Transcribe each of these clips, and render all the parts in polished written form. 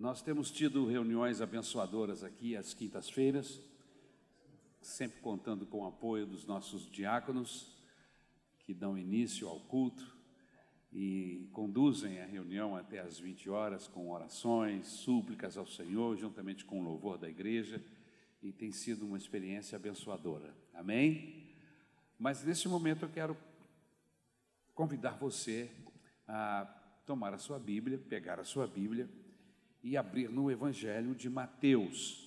Nós temos tido reuniões abençoadoras aqui às quintas-feiras, sempre contando com o apoio dos nossos diáconos, que dão início ao culto e conduzem a reunião até às 20 horas com orações, súplicas ao Senhor, juntamente com o louvor da igreja, e tem sido uma experiência abençoadora. Amém? Mas nesse momento eu quero convidar você a tomar a sua Bíblia, pegar a sua Bíblia e abrir no Evangelho de Mateus.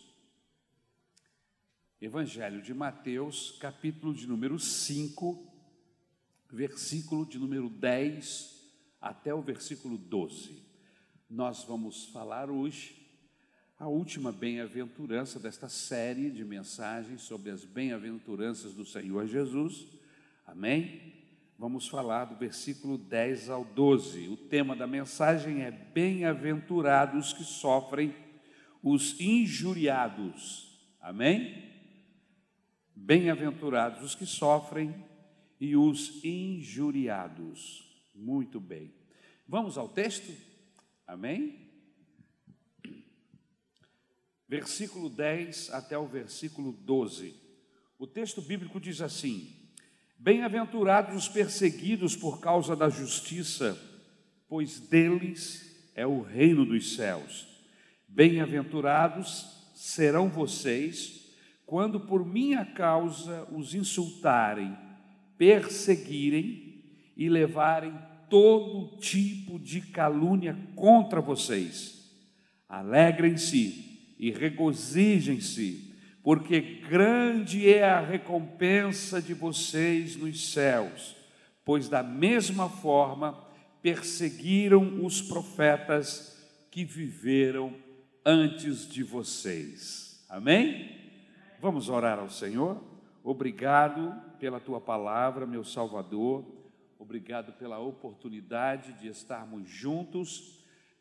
Evangelho de Mateus, capítulo de número 5, versículo de número 10 até o versículo 12. Nós vamos falar hoje a última bem-aventurança desta série de mensagens sobre as bem-aventuranças do Senhor Jesus. Amém? Vamos falar do versículo 10 ao 12. O tema da mensagem é bem-aventurados que sofrem os injuriados. Amém? Bem-aventurados os que sofrem e os injuriados. Muito bem. Vamos ao texto? Amém? Versículo 10 até o versículo 12. O texto bíblico diz assim: bem-aventurados os perseguidos por causa da justiça, pois deles é o reino dos céus. Bem-aventurados serão vocês quando por minha causa os insultarem, perseguirem e levarem todo tipo de calúnia contra vocês. Alegrem-se e regozijem-se, porque grande é a recompensa de vocês nos céus, pois da mesma forma perseguiram os profetas que viveram antes de vocês. Amém? Vamos orar ao Senhor. Obrigado pela Tua palavra, meu Salvador. Obrigado pela oportunidade de estarmos juntos.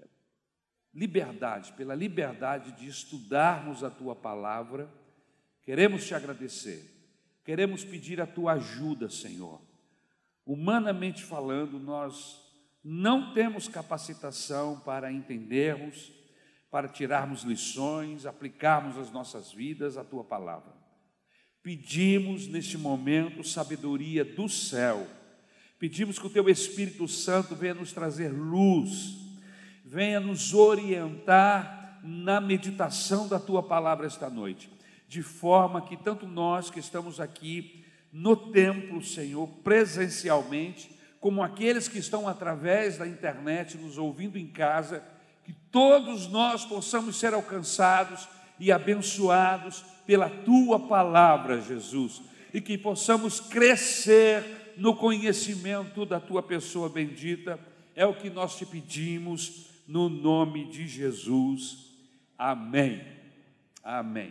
Pela liberdade de estudarmos a Tua palavra. Queremos Te agradecer. Queremos pedir a Tua ajuda, Senhor. Humanamente falando, nós não temos capacitação para entendermos, para tirarmos lições, aplicarmos às nossas vidas a Tua palavra. Pedimos neste momento sabedoria do céu. Pedimos que o Teu Espírito Santo venha nos trazer luz, venha nos orientar na meditação da Tua palavra esta noite, de forma que tanto nós que estamos aqui no templo, Senhor, presencialmente, como aqueles que estão através da internet nos ouvindo em casa, que todos nós possamos ser alcançados e abençoados pela Tua palavra, Jesus, e que possamos crescer no conhecimento da Tua pessoa bendita. É o que nós Te pedimos no nome de Jesus. Amém. Amém.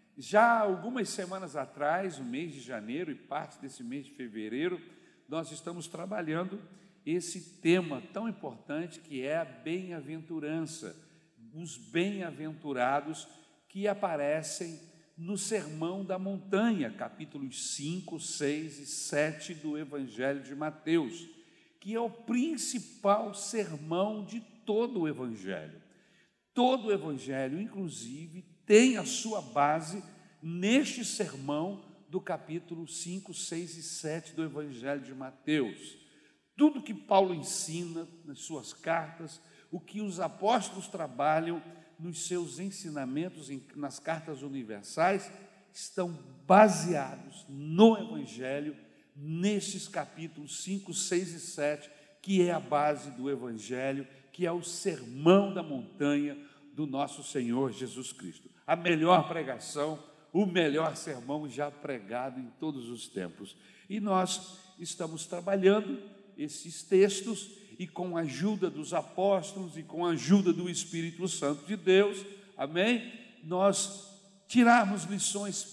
Já algumas semanas atrás, no mês de janeiro e parte desse mês de fevereiro, nós estamos trabalhando esse tema tão importante que é a bem-aventurança, os bem-aventurados que aparecem no Sermão da Montanha, capítulos 5, 6 e 7 do Evangelho de Mateus, que é o principal sermão de todo o Evangelho. Todo o Evangelho, inclusive, tem a sua base neste sermão do capítulo 5, 6 e 7 do Evangelho de Mateus. Tudo que Paulo ensina nas suas cartas, o que os apóstolos trabalham nos seus ensinamentos nas cartas universais, estão baseados no Evangelho, nestes capítulos 5, 6 e 7, que é a base do Evangelho, que é o sermão da montanha do nosso Senhor Jesus Cristo. A melhor pregação, o melhor sermão já pregado em todos os tempos. E nós estamos trabalhando esses textos e com a ajuda dos apóstolos e com a ajuda do Espírito Santo de Deus, amém? Nós tirarmos lições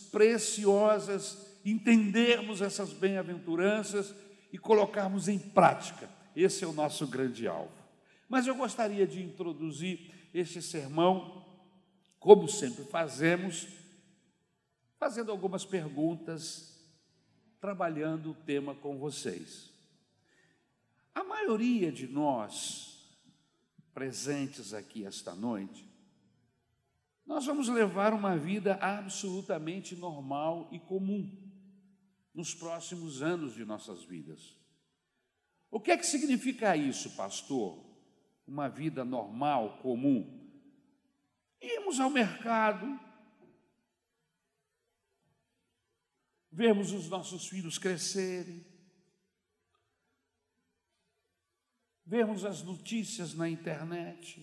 preciosas, entendermos essas bem-aventuranças e colocarmos em prática. Esse é o nosso grande alvo. Mas eu gostaria de introduzir este sermão, como sempre fazemos, fazendo algumas perguntas, trabalhando o tema com vocês. A maioria de nós presentes aqui esta noite nós vamos levar uma vida absolutamente normal e comum nos próximos anos de nossas vidas. O que é que significa isso, pastor? Uma vida normal, comum? Irmos ao mercado, vermos os nossos filhos crescerem, vermos as notícias na internet,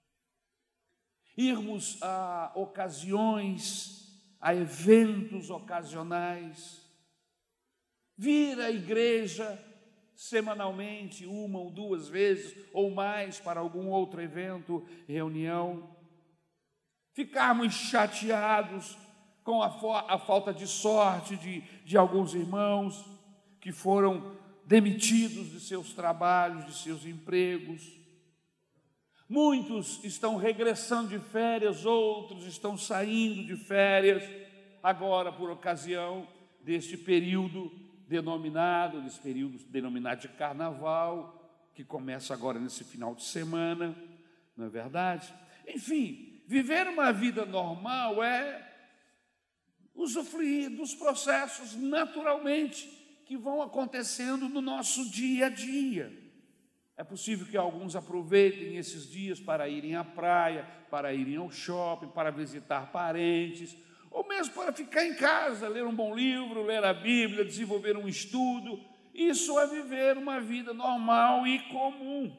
irmos a ocasiões, a eventos ocasionais, vir à igreja semanalmente, uma ou duas vezes ou mais para algum outro evento, reunião, ficarmos chateados com a falta de sorte de alguns irmãos que foram demitidos de seus trabalhos, de seus empregos. Muitos estão regressando de férias, outros estão saindo de férias, agora por ocasião deste período denominado de carnaval, que começa agora nesse final de semana, não é verdade? Enfim, viver uma vida normal é usufruir dos processos naturalmente que vão acontecendo no nosso dia a dia. É possível que alguns aproveitem esses dias para irem à praia, para irem ao shopping, para visitar parentes, ou mesmo para ficar em casa, ler um bom livro, ler a Bíblia, desenvolver um estudo. Isso é viver uma vida normal e comum.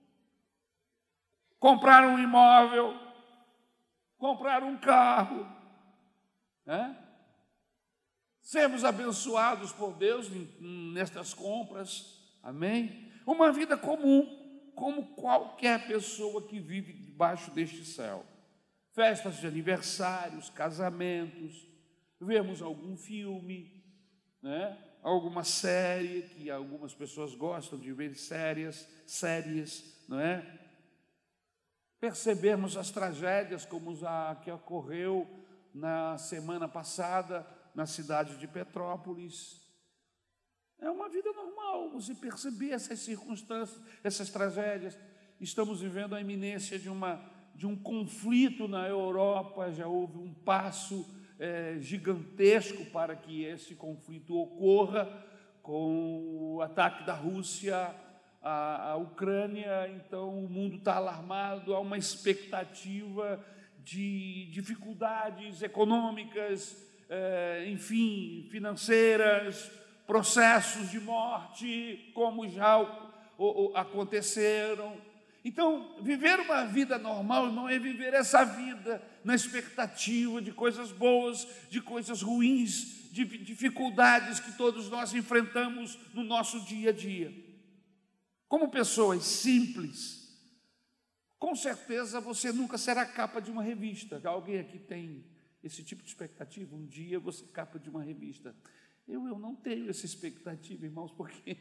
Comprar um imóvel, comprar um carro, né? Sermos abençoados por Deus nestas compras, amém? Uma vida comum, como qualquer pessoa que vive debaixo deste céu. Festas de aniversários, casamentos, vemos algum filme, né? Alguma série, que algumas pessoas gostam de ver séries, não é? Percebermos as tragédias como a que ocorreu na semana passada na cidade de Petrópolis. É uma vida normal você perceber essas circunstâncias, essas tragédias. Estamos vivendo a iminência de um conflito na Europa, já houve um passo gigantesco para que esse conflito ocorra, com o ataque da Rússia à Ucrânia. Então o mundo está alarmado, há uma expectativa de dificuldades econômicas, enfim, financeiras, processos de morte, como já aconteceram. Então, viver uma vida normal não é viver essa vida na expectativa de coisas boas, de coisas ruins, de dificuldades que todos nós enfrentamos no nosso dia a dia. Como pessoas simples, com certeza você nunca será capa de uma revista. Alguém aqui tem esse tipo de expectativa? Um dia você capa de uma revista. Eu não tenho essa expectativa, irmãos, porque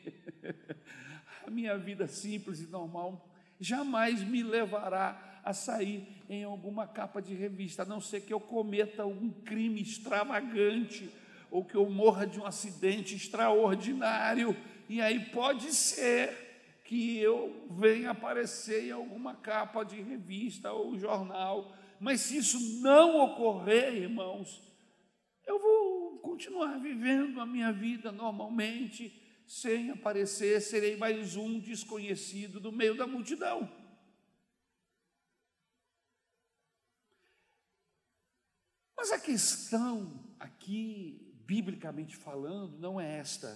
a minha vida simples e normal jamais me levará a sair em alguma capa de revista, a não ser que eu cometa algum crime extravagante ou que eu morra de um acidente extraordinário, e aí pode ser que eu venha aparecer em alguma capa de revista ou jornal. Mas se isso não ocorrer, irmãos, eu vou continuar vivendo a minha vida normalmente, sem aparecer, serei mais um desconhecido no meio da multidão. Mas a questão aqui, biblicamente falando, não é esta.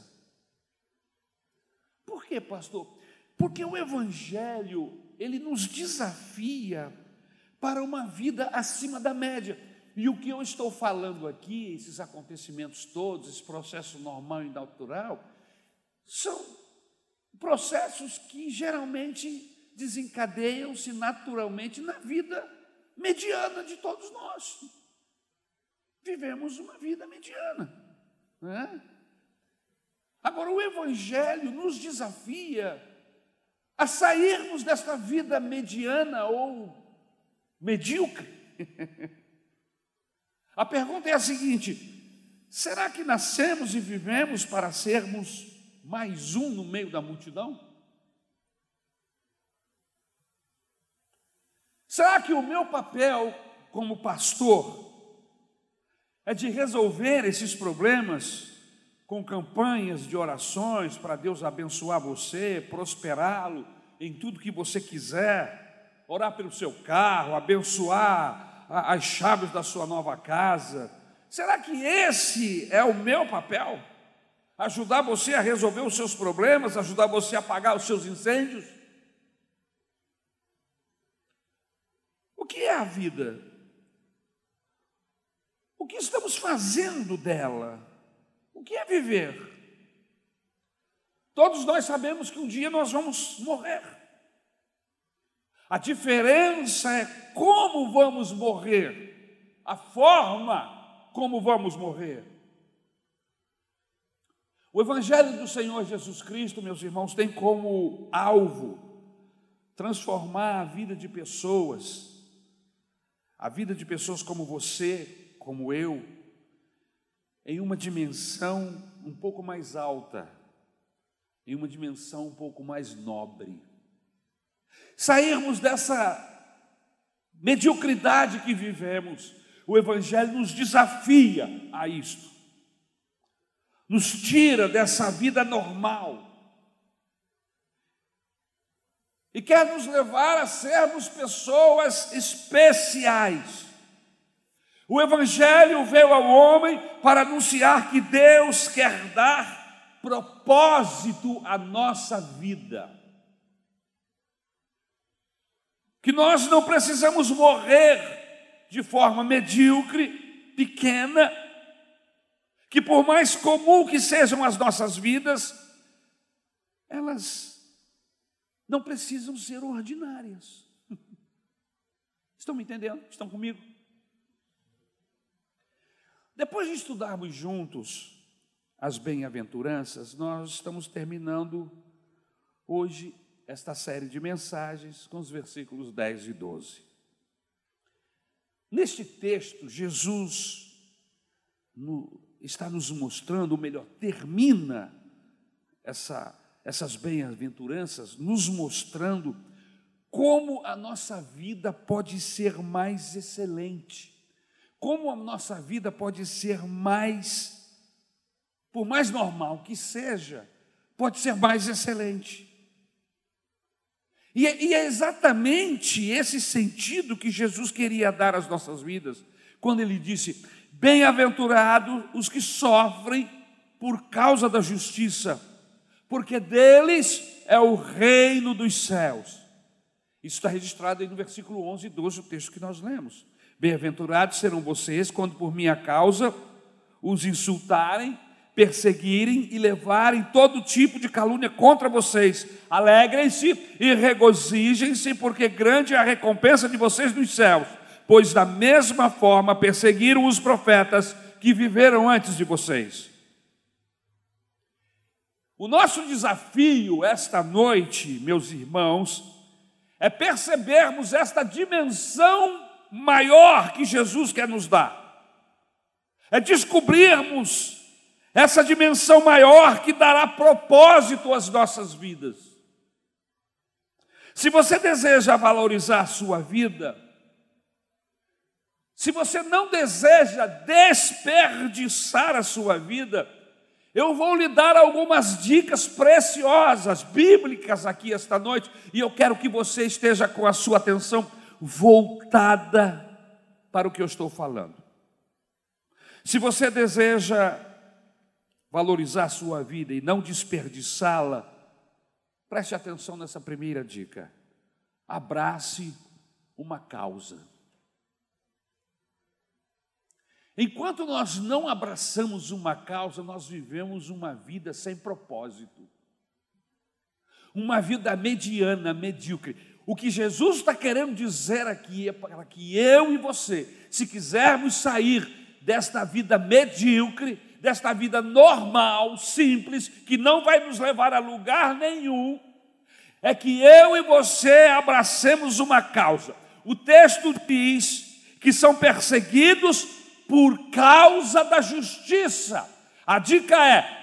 Por quê, pastor? Porque o Evangelho, ele nos desafia para uma vida acima da média. E o que eu estou falando aqui, esses acontecimentos todos, esse processo normal e natural, são processos que geralmente desencadeiam-se naturalmente na vida mediana de todos nós. Vivemos uma vida mediana, né? Agora, o Evangelho nos desafia a sairmos desta vida mediana ou medíocre. A pergunta é a seguinte: será que nascemos e vivemos para sermos mais um no meio da multidão? Será que o meu papel como pastor, é de resolver esses problemas com campanhas de orações para Deus abençoar você, prosperá-lo em tudo que você quiser, orar pelo seu carro, abençoar as chaves da sua nova casa. Será que esse é o meu papel? Ajudar você a resolver os seus problemas, ajudar você a apagar os seus incêndios? O que é a vida? O que estamos fazendo dela? O que é viver? Todos nós sabemos que um dia nós vamos morrer. A diferença é como vamos morrer, a forma como vamos morrer. O Evangelho do Senhor Jesus Cristo, meus irmãos, tem como alvo transformar a vida de pessoas como você, como eu, em uma dimensão um pouco mais alta, em uma dimensão um pouco mais nobre. Sairmos dessa mediocridade que vivemos. O Evangelho nos desafia a isto, nos tira dessa vida normal e quer nos levar a sermos pessoas especiais. O Evangelho veio ao homem para anunciar que Deus quer dar propósito à nossa vida. Que nós não precisamos morrer de forma medíocre, pequena, que por mais comum que sejam as nossas vidas, elas não precisam ser ordinárias. Estão me entendendo? Estão comigo? Depois de estudarmos juntos as bem-aventuranças, nós estamos terminando hoje esta série de mensagens com os versículos 10 e 12. Neste texto, Jesus está nos mostrando, ou melhor, termina essas bem-aventuranças, nos mostrando como a nossa vida pode ser mais excelente, como a nossa vida pode ser mais, por mais normal que seja, pode ser mais excelente. E é exatamente esse sentido que Jesus queria dar às nossas vidas, quando Ele disse: bem-aventurados os que sofrem por causa da justiça, porque deles é o reino dos céus. Isso está registrado aí no versículo 11 e 12, o texto que nós lemos. Bem-aventurados serão vocês quando por minha causa os insultarem, perseguirem e levarem todo tipo de calúnia contra vocês. Alegrem-se e regozijem-se, porque grande é a recompensa de vocês nos céus, pois da mesma forma perseguiram os profetas que viveram antes de vocês. O nosso desafio esta noite, meus irmãos, é percebermos esta dimensão maior que Jesus quer nos dar. É descobrirmos essa dimensão maior que dará propósito às nossas vidas. Se você deseja valorizar a sua vida, se você não deseja desperdiçar a sua vida, eu vou lhe dar algumas dicas preciosas, bíblicas aqui esta noite, e eu quero que você esteja com a sua atenção voltada para o que eu estou falando. Se você deseja valorizar a sua vida e não desperdiçá-la, preste atenção nessa primeira dica: abrace uma causa. Enquanto nós não abraçamos uma causa, nós vivemos uma vida sem propósito, uma vida mediana, medíocre. O que Jesus está querendo dizer aqui é para que eu e você, se quisermos sair desta vida medíocre, desta vida normal, simples, que não vai nos levar a lugar nenhum, é que eu e você abracemos uma causa. O texto diz que são perseguidos por causa da justiça. A dica é: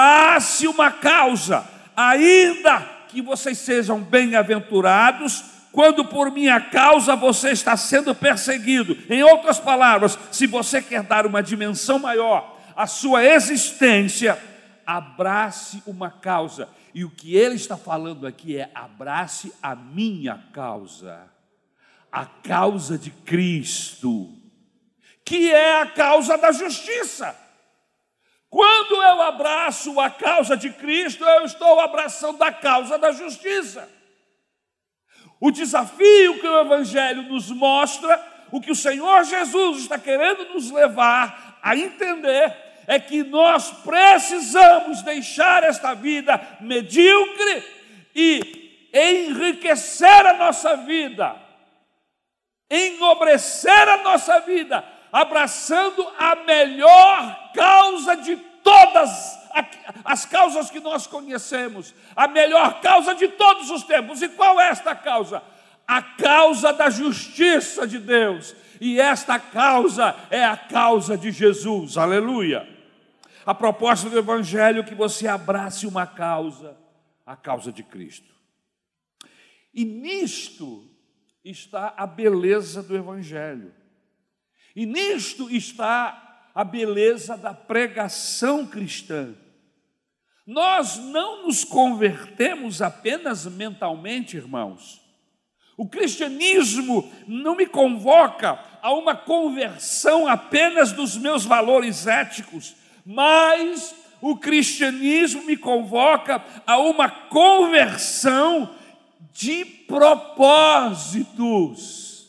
abrace uma causa, ainda que vocês sejam bem-aventurados quando por minha causa você está sendo perseguido. Em outras palavras, se você quer dar uma dimensão maior à sua existência, abrace uma causa. E o que ele está falando aqui é: abrace a minha causa, a causa de Cristo, que é a causa da justiça. Quando eu abraço a causa de Cristo, eu estou abraçando a causa da justiça. O desafio que o Evangelho nos mostra, o que o Senhor Jesus está querendo nos levar a entender, é que nós precisamos deixar esta vida medíocre e enriquecer a nossa vida, enobrecer a nossa vida, abraçando a melhor causa de todas as causas que nós conhecemos, a melhor causa de todos os tempos. E qual é esta causa? A causa da justiça de Deus. E esta causa é a causa de Jesus. Aleluia! A proposta do Evangelho é que você abrace uma causa, a causa de Cristo. E nisto está a beleza do Evangelho. E nisto está a beleza da pregação cristã. Nós não nos convertemos apenas mentalmente, irmãos. O cristianismo não me convoca a uma conversão apenas dos meus valores éticos, mas o cristianismo me convoca a uma conversão de propósitos.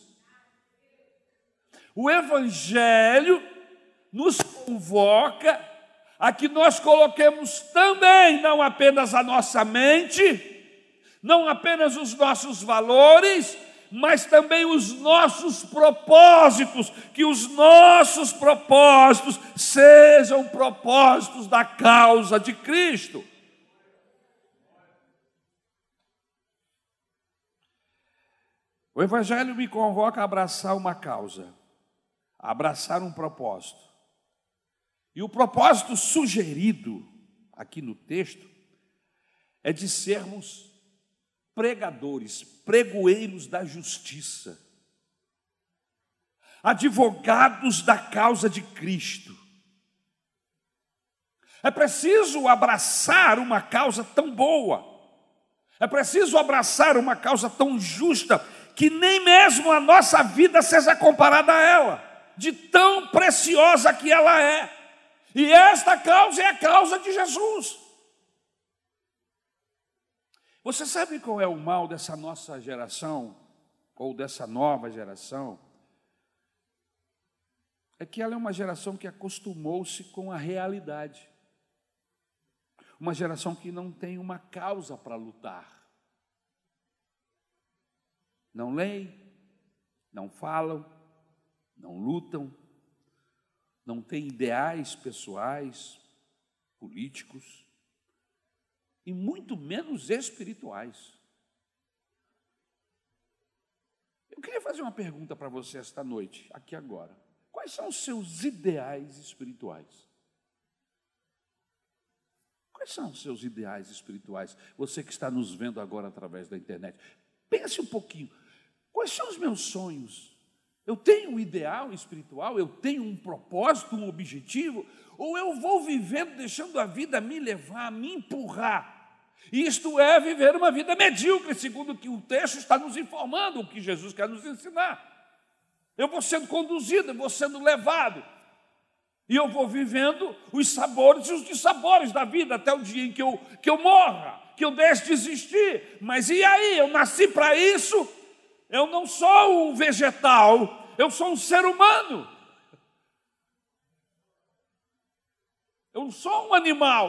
O Evangelho nos convoca a que nós coloquemos também, não apenas a nossa mente, não apenas os nossos valores, mas também os nossos propósitos, que os nossos propósitos sejam propósitos da causa de Cristo. O Evangelho me convoca a abraçar uma causa, a abraçar um propósito. E o propósito sugerido aqui no texto é de sermos pregadores, pregoeiros da justiça, advogados da causa de Cristo. É preciso abraçar uma causa tão boa, é preciso abraçar uma causa tão justa, que nem mesmo a nossa vida seja comparada a ela, de tão preciosa que ela é. E esta causa é a causa de Jesus. Você sabe qual é o mal dessa nossa geração, ou dessa nova geração? É que ela é uma geração que acostumou-se com a realidade. Uma geração que não tem uma causa para lutar. Não leem, não falam, não lutam, não têm ideais pessoais, políticos, e muito menos espirituais. Eu queria fazer uma pergunta para você esta noite, aqui agora. Quais são os seus ideais espirituais? Quais são os seus ideais espirituais? Você que está nos vendo agora através da internet, pense um pouquinho. Quais são os meus sonhos? Eu tenho um ideal espiritual? Eu tenho um propósito, um objetivo? Ou eu vou vivendo, deixando a vida me levar, me empurrar? Isto é viver uma vida medíocre, segundo o que o texto está nos informando, o que Jesus quer nos ensinar. Eu vou sendo conduzido, eu vou sendo levado. E eu vou vivendo os sabores e os dissabores da vida até o dia em que eu morra, que eu deixe de existir. Mas e aí? Eu nasci para isso? Eu não sou um vegetal, eu sou um ser humano. Eu não sou um animal.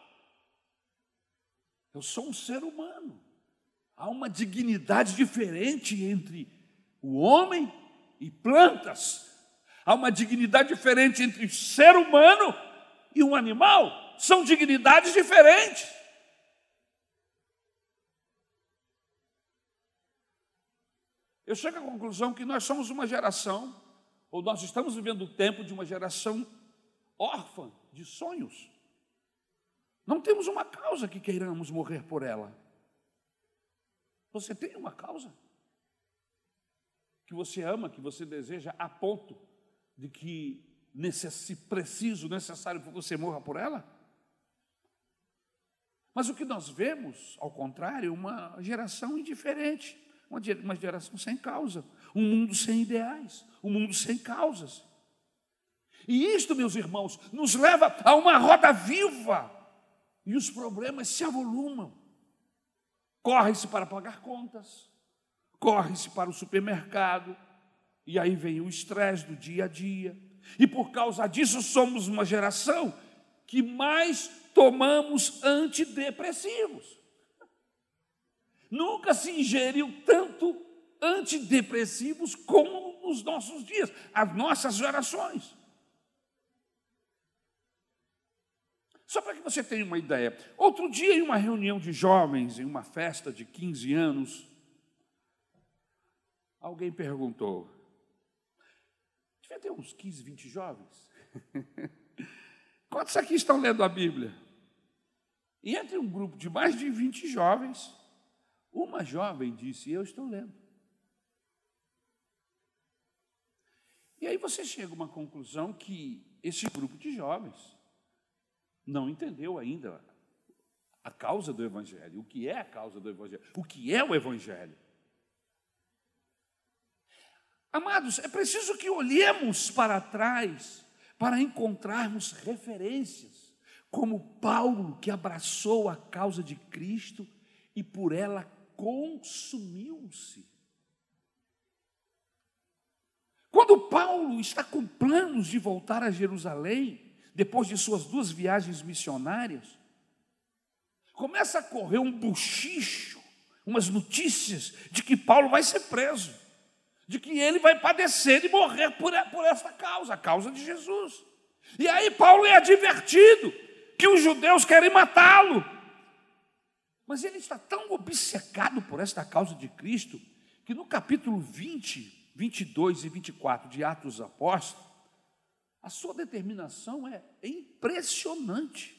Eu sou um ser humano. Há uma dignidade diferente entre o homem e plantas. Há uma dignidade diferente entre o ser humano e um animal. São dignidades diferentes. Eu chego à conclusão que nós somos uma geração, ou nós estamos vivendo o tempo de uma geração órfã de sonhos. Não temos uma causa que queiramos morrer por ela. Você tem uma causa? que você ama, que você deseja, a ponto de que, se preciso, necessário, você morra por ela? Mas o que nós vemos, ao contrário, uma geração indiferente, uma geração sem causa, um mundo sem ideais, um mundo sem causas. E isto, meus irmãos, nos leva a uma roda viva, e os problemas se avolumam. Corre-se para pagar contas, corre-se para o supermercado, e aí vem o estresse do dia a dia. E por causa disso somos uma geração que mais tomamos antidepressivos. Nunca se ingeriu tanto antidepressivos como nos nossos dias, as nossas gerações. Só para que você tenha uma ideia, outro dia em uma reunião de jovens, em uma festa de 15 anos, alguém perguntou, devia ter uns 15, 20 jovens, quantos aqui estão lendo a Bíblia? E entre um grupo de mais de 20 jovens, uma jovem disse, eu estou lendo. E aí você chega a uma conclusão que esse grupo de jovens não entendeu ainda a causa do Evangelho. O que é a causa do Evangelho? O que é o Evangelho? Amados, é preciso que olhemos para trás para encontrarmos referências, como Paulo, que abraçou a causa de Cristo e por ela consumiu-se. Quando Paulo está com planos de voltar a Jerusalém, depois de suas 2 viagens missionárias, começa a correr um buchicho, umas notícias de que Paulo vai ser preso, de que ele vai padecer e morrer por essa causa, a causa de Jesus. E aí Paulo é advertido que os judeus querem matá-lo. Mas ele está tão obcecado por esta causa de Cristo, que no capítulo 20, 22 e 24 de Atos dos Apóstolos, a sua determinação é impressionante.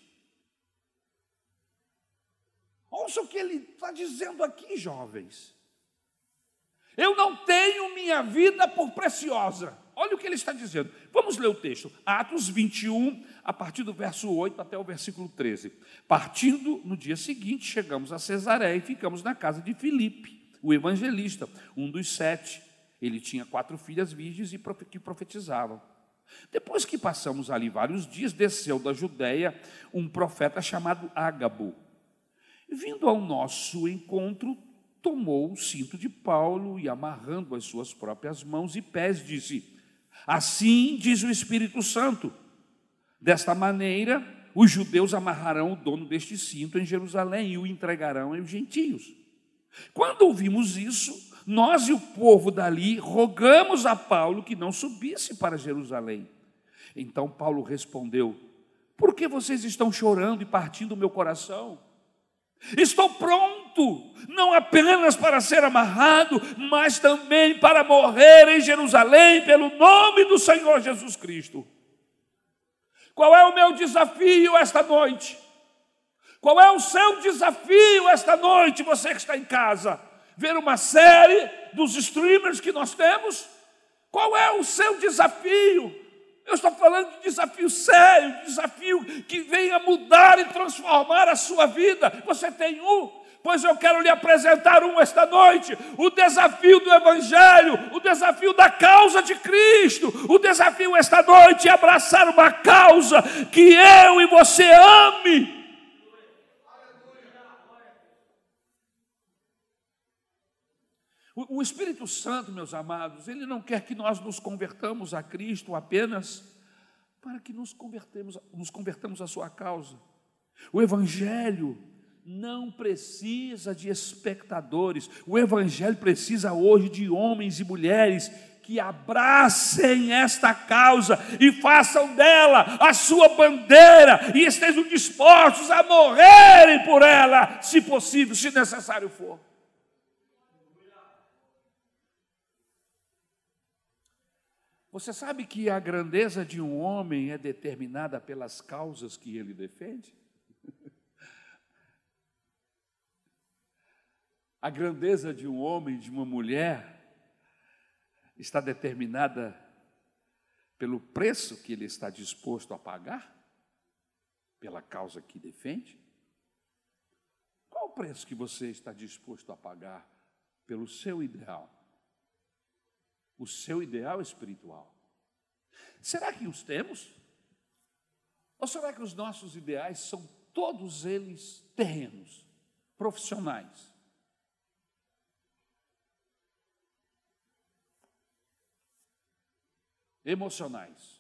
Ouça o que ele está dizendo aqui, jovens. Eu não tenho minha vida por preciosa. Olha o que ele está dizendo. Vamos ler o texto. Atos 21, a partir do verso 8 até o versículo 13. Partindo, no dia seguinte, chegamos a Cesareia e ficamos na casa de Filipe, o evangelista, um dos 7. Ele tinha 4 filhas virgens que profetizavam. Depois que passamos ali vários dias, desceu da Judéia um profeta chamado Ágabo. Vindo ao nosso encontro, tomou o cinto de Paulo e, amarrando as suas próprias mãos e pés, disse: assim diz o Espírito Santo, desta maneira os judeus amarrarão o dono deste cinto em Jerusalém e o entregarão aos gentios. Quando ouvimos isso, nós e o povo dali rogamos a Paulo que não subisse para Jerusalém. Então Paulo respondeu: por que vocês estão chorando e partindo o meu coração? Estou pronto, não apenas para ser amarrado, mas também para morrer em Jerusalém pelo nome do Senhor Jesus Cristo. Qual é o meu desafio esta noite? Qual é o seu desafio esta noite, você que está em casa? Ver uma série dos streamers que nós temos? Qual é o seu desafio? Eu estou falando de desafio sério, desafio que venha mudar e transformar a sua vida. Você tem um? Pois eu quero lhe apresentar um esta noite. O desafio do Evangelho, o desafio da causa de Cristo. O desafio esta noite é abraçar uma causa que eu e você ame. O Espírito Santo, meus amados, ele não quer que nós nos convertamos a Cristo apenas para que nos convertamos à sua causa. O Evangelho não precisa de espectadores. O Evangelho precisa hoje de homens e mulheres que abracem esta causa e façam dela a sua bandeira e estejam dispostos a morrerem por ela, se possível, se necessário for. Você sabe que a grandeza de um homem é determinada pelas causas que ele defende? A grandeza de um homem, de uma mulher, está determinada pelo preço que ele está disposto a pagar, pela causa que defende? Qual o preço que você está disposto a pagar pelo seu ideal? O seu ideal espiritual. Será que os temos? Ou será que os nossos ideais são todos eles terrenos, profissionais? Emocionais?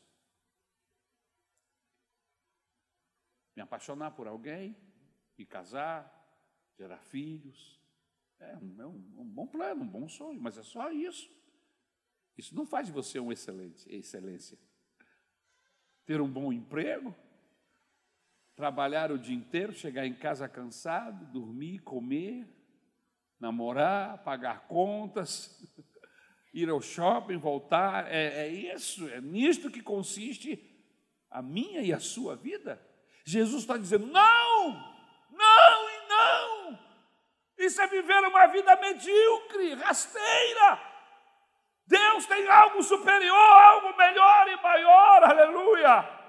Me apaixonar por alguém, me casar, gerar filhos. É um bom plano, um bom sonho, mas é só isso. Isso não faz de você uma excelência. Ter um bom emprego, trabalhar o dia inteiro, chegar em casa cansado, dormir, comer, namorar, pagar contas, ir ao shopping, voltar. É isso, é nisto que consiste a minha e a sua vida. Jesus está dizendo, não, não e não. Isso é viver uma vida medíocre, rasteira. Deus tem algo superior, algo melhor e maior, aleluia.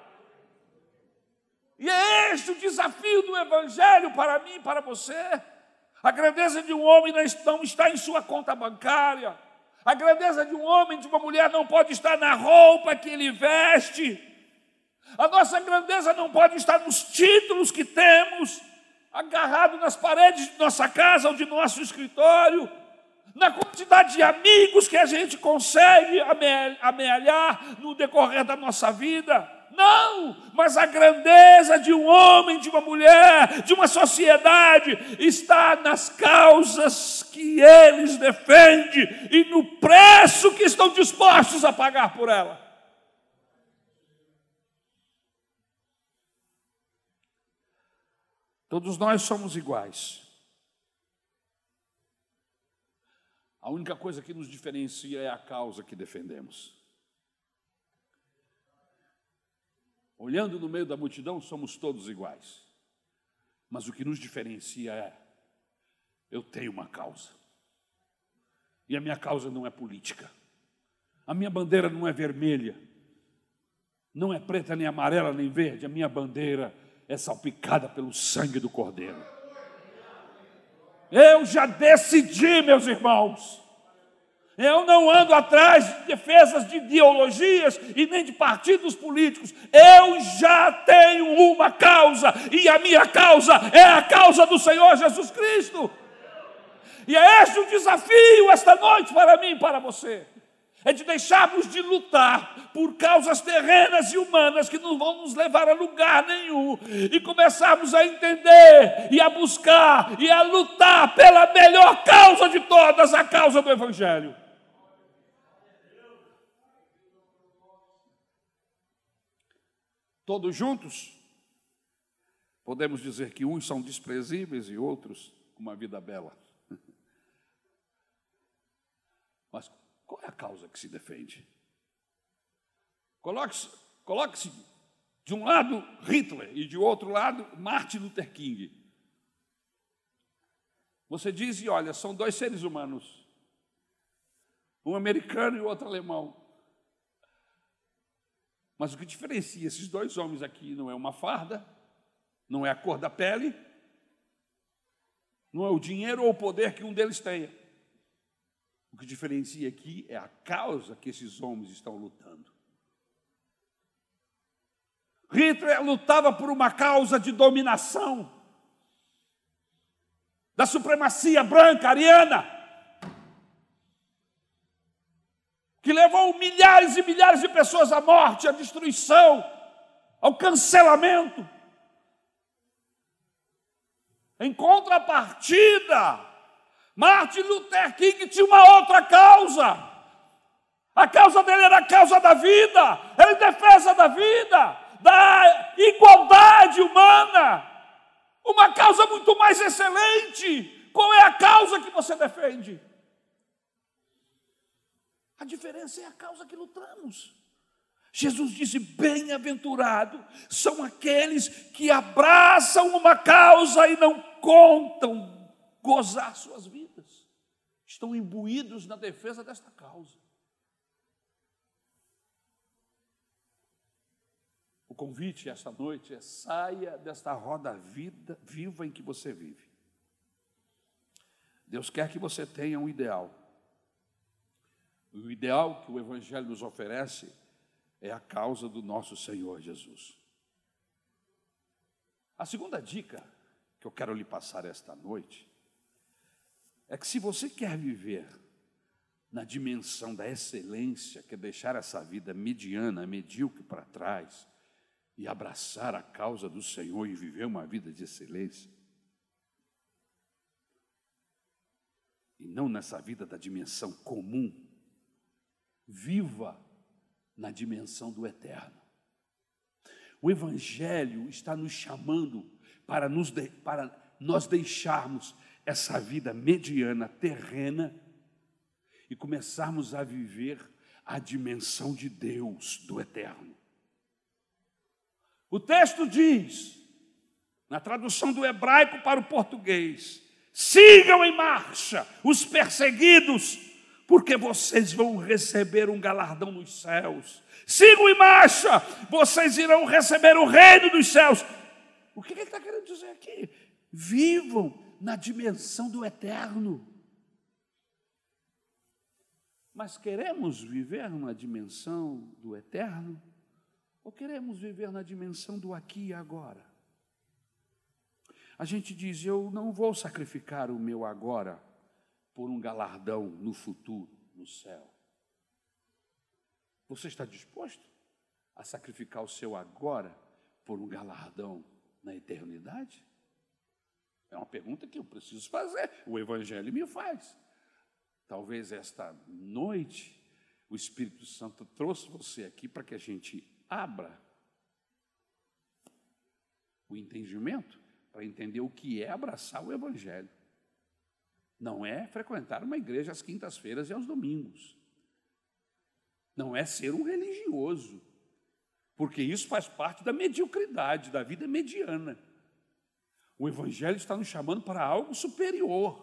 E é este o desafio do Evangelho para mim e para você. A grandeza de um homem não está em sua conta bancária. A grandeza de um homem, de uma mulher, não pode estar na roupa que ele veste. A nossa grandeza não pode estar nos títulos que temos, agarrado nas paredes de nossa casa ou de nosso escritório, na quantidade de amigos que a gente consegue amealhar no decorrer da nossa vida. Não, mas a grandeza de um homem, de uma mulher, de uma sociedade, está nas causas que eles defendem e no preço que estão dispostos a pagar por ela. Todos nós somos iguais. A única coisa que nos diferencia é a causa que defendemos. Olhando no meio da multidão, somos todos iguais. Mas o que nos diferencia é, eu tenho uma causa. E a minha causa não é política. A minha bandeira não é vermelha. Não é preta, nem amarela, nem verde. A minha bandeira é salpicada pelo sangue do Cordeiro. Eu já decidi, meus irmãos. Eu não ando atrás de defesas de ideologias e nem de partidos políticos. Eu já tenho uma causa, e a minha causa é a causa do Senhor Jesus Cristo. E é este o desafio esta noite para mim e para você. É de deixarmos de lutar por causas terrenas e humanas que não vão nos levar a lugar nenhum e começarmos a entender e a buscar e a lutar pela melhor causa de todas, a causa do Evangelho. Todos juntos, podemos dizer que uns são desprezíveis e outros com uma vida bela. Mas qual é a causa que se defende? Coloque-se de um lado Hitler e de outro lado Martin Luther King. Você diz, e olha, são dois seres humanos, um americano e o outro alemão. Mas o que diferencia esses dois homens aqui não é uma farda, não é a cor da pele, não é o dinheiro ou o poder que um deles tenha. O que diferencia aqui é a causa que esses homens estão lutando. Hitler lutava por uma causa de dominação, da supremacia branca, ariana, que levou milhares e milhares de pessoas à morte, à destruição, ao cancelamento. Em contrapartida, Martin Luther King tinha uma outra causa. A causa dele era a causa da vida, era em defesa da vida, da igualdade humana. Uma causa muito mais excelente. Qual é a causa que você defende? A diferença é a causa que lutamos. Jesus disse, bem-aventurado são aqueles que abraçam uma causa e não contam gozar suas vidas. Estão imbuídos na defesa desta causa. convite esta noite é: saia desta roda viva em que você vive. Deus quer que você tenha um ideal. O ideal que o Evangelho nos oferece é a causa do nosso Senhor Jesus. A segunda dica que eu quero lhe passar esta noite é que, se você quer viver na dimensão da excelência, que é deixar essa vida mediana, medíocre para trás e abraçar a causa do Senhor e viver uma vida de excelência, e não nessa vida da dimensão comum, viva na dimensão do eterno. O Evangelho está nos chamando para nós deixarmos essa vida mediana, terrena, e começarmos a viver a dimensão de Deus, do eterno. O texto diz, na tradução do hebraico para o português: sigam em marcha os perseguidos, porque vocês vão receber um galardão nos céus. Sigam em marcha, vocês irão receber o reino dos céus. O que ele está querendo dizer aqui? Vivam na dimensão do eterno. Mas queremos viver na dimensão do eterno? Ou queremos viver na dimensão do aqui e agora? A gente diz: eu não vou sacrificar o meu agora por um galardão no futuro, no céu. Você está disposto a sacrificar o seu agora por um galardão na eternidade? É uma pergunta que eu preciso fazer, o Evangelho me faz. Talvez esta noite o Espírito Santo trouxe você aqui para que a gente abra o entendimento, para entender o que é abraçar o Evangelho. Não é frequentar uma igreja às quintas-feiras e aos domingos. Não é ser um religioso, porque isso faz parte da mediocridade, da vida mediana. O Evangelho está nos chamando para algo superior.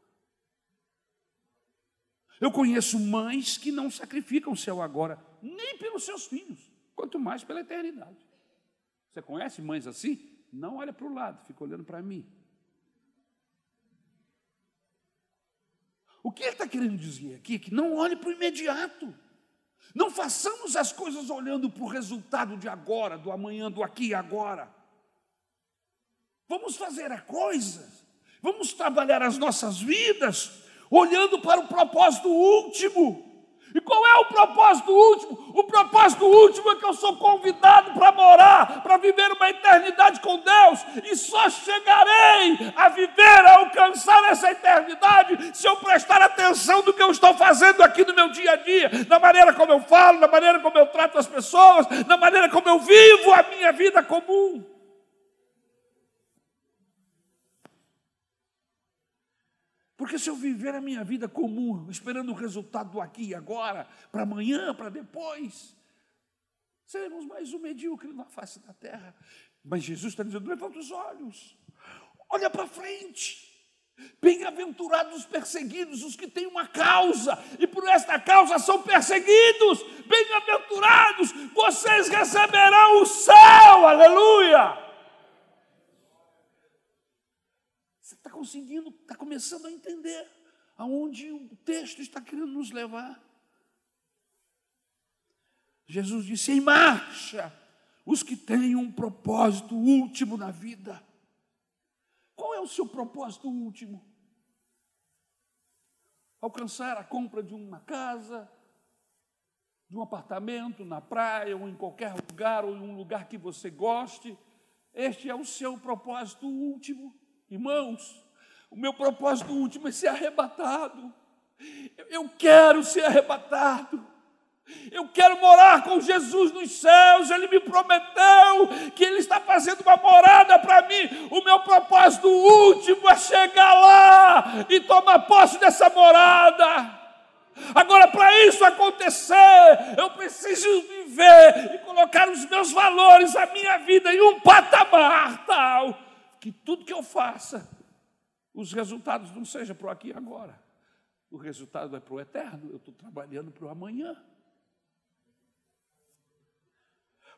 Eu conheço mães que não sacrificam o seu agora, nem pelos seus filhos, quanto mais pela eternidade. Você conhece mães assim? Não olha para o lado, fica olhando para mim. O que ele está querendo dizer aqui é que não olhe para o imediato. Não façamos as coisas olhando para o resultado de agora, do amanhã, do aqui e agora. Vamos fazer a coisa, vamos trabalhar as nossas vidas olhando para o propósito último. E qual é o propósito último? O propósito último é que eu sou convidado para morar, para viver uma eternidade com Deus, e só chegarei a viver, a alcançar essa eternidade se eu prestar atenção no que eu estou fazendo aqui no meu dia a dia, na maneira como eu falo, na maneira como eu trato as pessoas, na maneira como eu vivo a minha vida comum. Porque se eu viver a minha vida comum, esperando o resultado do aqui e agora, para amanhã, para depois, seremos mais um medíocre na face da terra. Mas Jesus está dizendo: levanta os olhos, olha para frente. Bem-aventurados os perseguidos, os que têm uma causa, e por esta causa são perseguidos. Bem-aventurados, vocês receberão o céu, aleluia. Você está conseguindo, está começando a entender aonde o texto está querendo nos levar. Jesus disse: em marcha os que têm um propósito último na vida. Qual é o seu propósito último? Alcançar a compra de uma casa, de um apartamento na praia, ou em qualquer lugar, ou em um lugar que você goste. Este é o seu propósito último. Irmãos, o meu propósito último é ser arrebatado. Eu quero ser arrebatado. Eu quero morar com Jesus nos céus. Ele me prometeu que Ele está fazendo uma morada para mim. O meu propósito último é chegar lá e tomar posse dessa morada. Agora, para isso acontecer, eu preciso viver e colocar os meus valores, a minha vida em um patamar tal que tudo que eu faça, os resultados não sejam para o aqui e agora. O resultado é para o eterno. Eu estou trabalhando para o amanhã.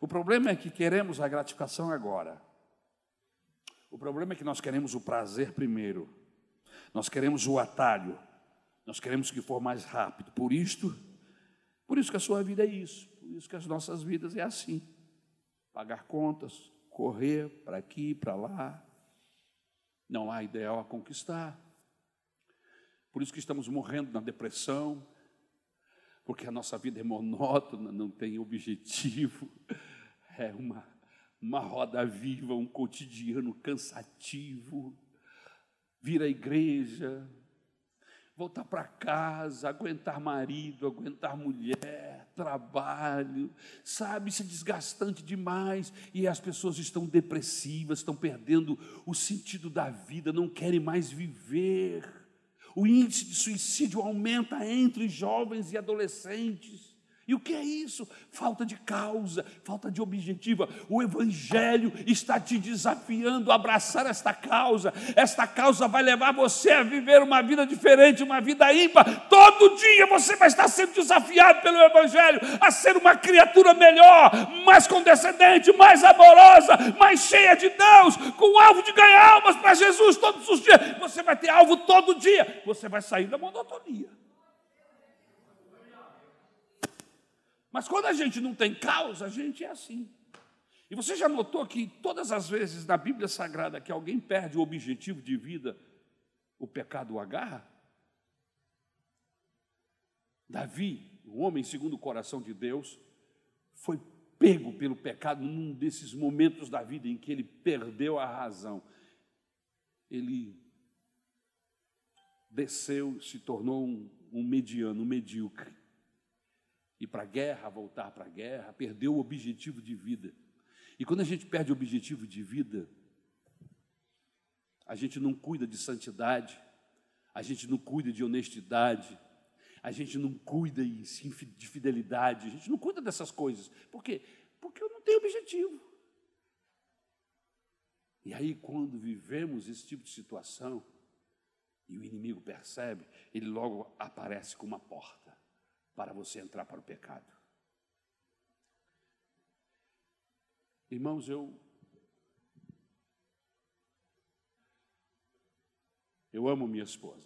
O problema é que queremos a gratificação agora. O problema é que nós queremos o prazer primeiro. Nós queremos o atalho. Nós queremos que for mais rápido. Por isso que a sua vida é isso. Por isso que as nossas vidas é assim. Pagar contas, correr para aqui, para lá. Não há ideal a conquistar. Por isso que estamos morrendo na depressão. Porque a nossa vida é monótona, não tem objetivo. É uma roda viva, um cotidiano cansativo. Vir à igreja, voltar para casa, aguentar marido, aguentar mulher, trabalho, sabe, isso é desgastante demais, e as pessoas estão depressivas, estão perdendo o sentido da vida, não querem mais viver. O índice de suicídio aumenta entre jovens e adolescentes. E o que é isso? Falta de causa, falta de objetivo. O Evangelho está te desafiando a abraçar esta causa. Esta causa vai levar você a viver uma vida diferente, uma vida ímpar. Todo dia você vai estar sendo desafiado pelo Evangelho a ser uma criatura melhor, mais condescendente, mais amorosa, mais cheia de Deus, com o alvo de ganhar almas para Jesus todos os dias. Você vai ter alvo todo dia. Você vai sair da monotonia. Mas quando a gente não tem causa, a gente é assim. E você já notou que todas as vezes na Bíblia Sagrada que alguém perde o objetivo de vida, o pecado o agarra? Davi, o homem segundo o coração de Deus, foi pego pelo pecado num desses momentos da vida em que ele perdeu a razão. Ele desceu, se tornou um mediano, um medíocre. Ir para a guerra, voltar para a guerra, perdeu o objetivo de vida. E quando a gente perde o objetivo de vida, a gente não cuida de santidade, a gente não cuida de honestidade, a gente não cuida de fidelidade, a gente não cuida dessas coisas. Por quê? Porque eu não tenho objetivo. E aí, quando vivemos esse tipo de situação, e o inimigo percebe, ele logo aparece com uma porta para você entrar para o pecado. Irmãos, eu amo minha esposa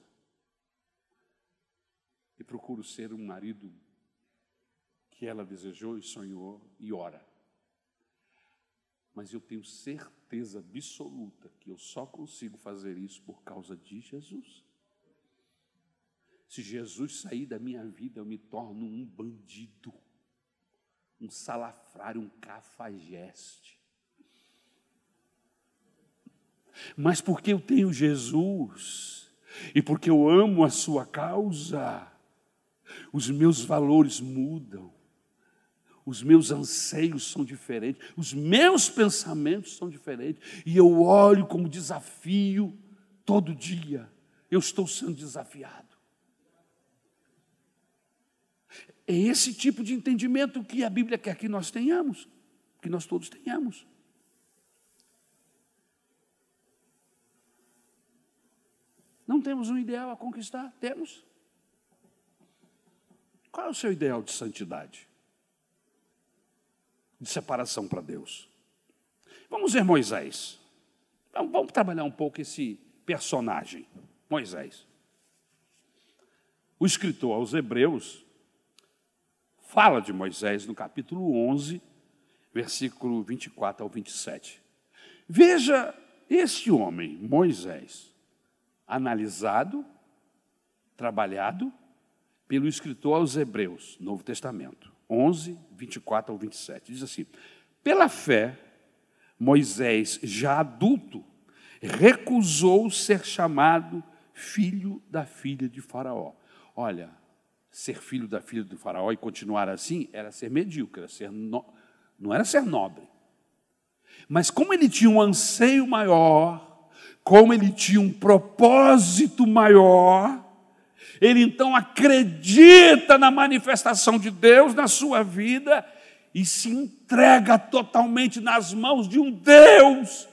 e procuro ser um marido que ela desejou e sonhou e ora. Mas eu tenho certeza absoluta que eu só consigo fazer isso por causa de Jesus. Se Jesus sair da minha vida, eu me torno um bandido, um salafrário, um cafajeste. Mas porque eu tenho Jesus, e porque eu amo a sua causa, os meus valores mudam, os meus anseios são diferentes, os meus pensamentos são diferentes, e eu olho como desafio todo dia, eu estou sendo desafiado. É esse tipo de entendimento que a Bíblia quer que nós tenhamos, que nós todos tenhamos. Não temos um ideal a conquistar? Temos. Qual é o seu ideal de santidade? De separação para Deus? Vamos ver Moisés. Vamos trabalhar um pouco esse personagem, Moisés. O escritor aos Hebreus fala de Moisés no capítulo 11, versículo 24 ao 27. Veja esse homem, Moisés, analisado, trabalhado pelo escritor aos Hebreus, Novo Testamento, 11, 24 ao 27. Diz assim: pela fé, Moisés, já adulto, recusou ser chamado filho da filha de Faraó. Olha, ser filho da filha do Faraó e continuar assim era ser medíocre, não era ser nobre. Mas como ele tinha um anseio maior, como ele tinha um propósito maior, ele então acredita na manifestação de Deus na sua vida e se entrega totalmente nas mãos de um Deus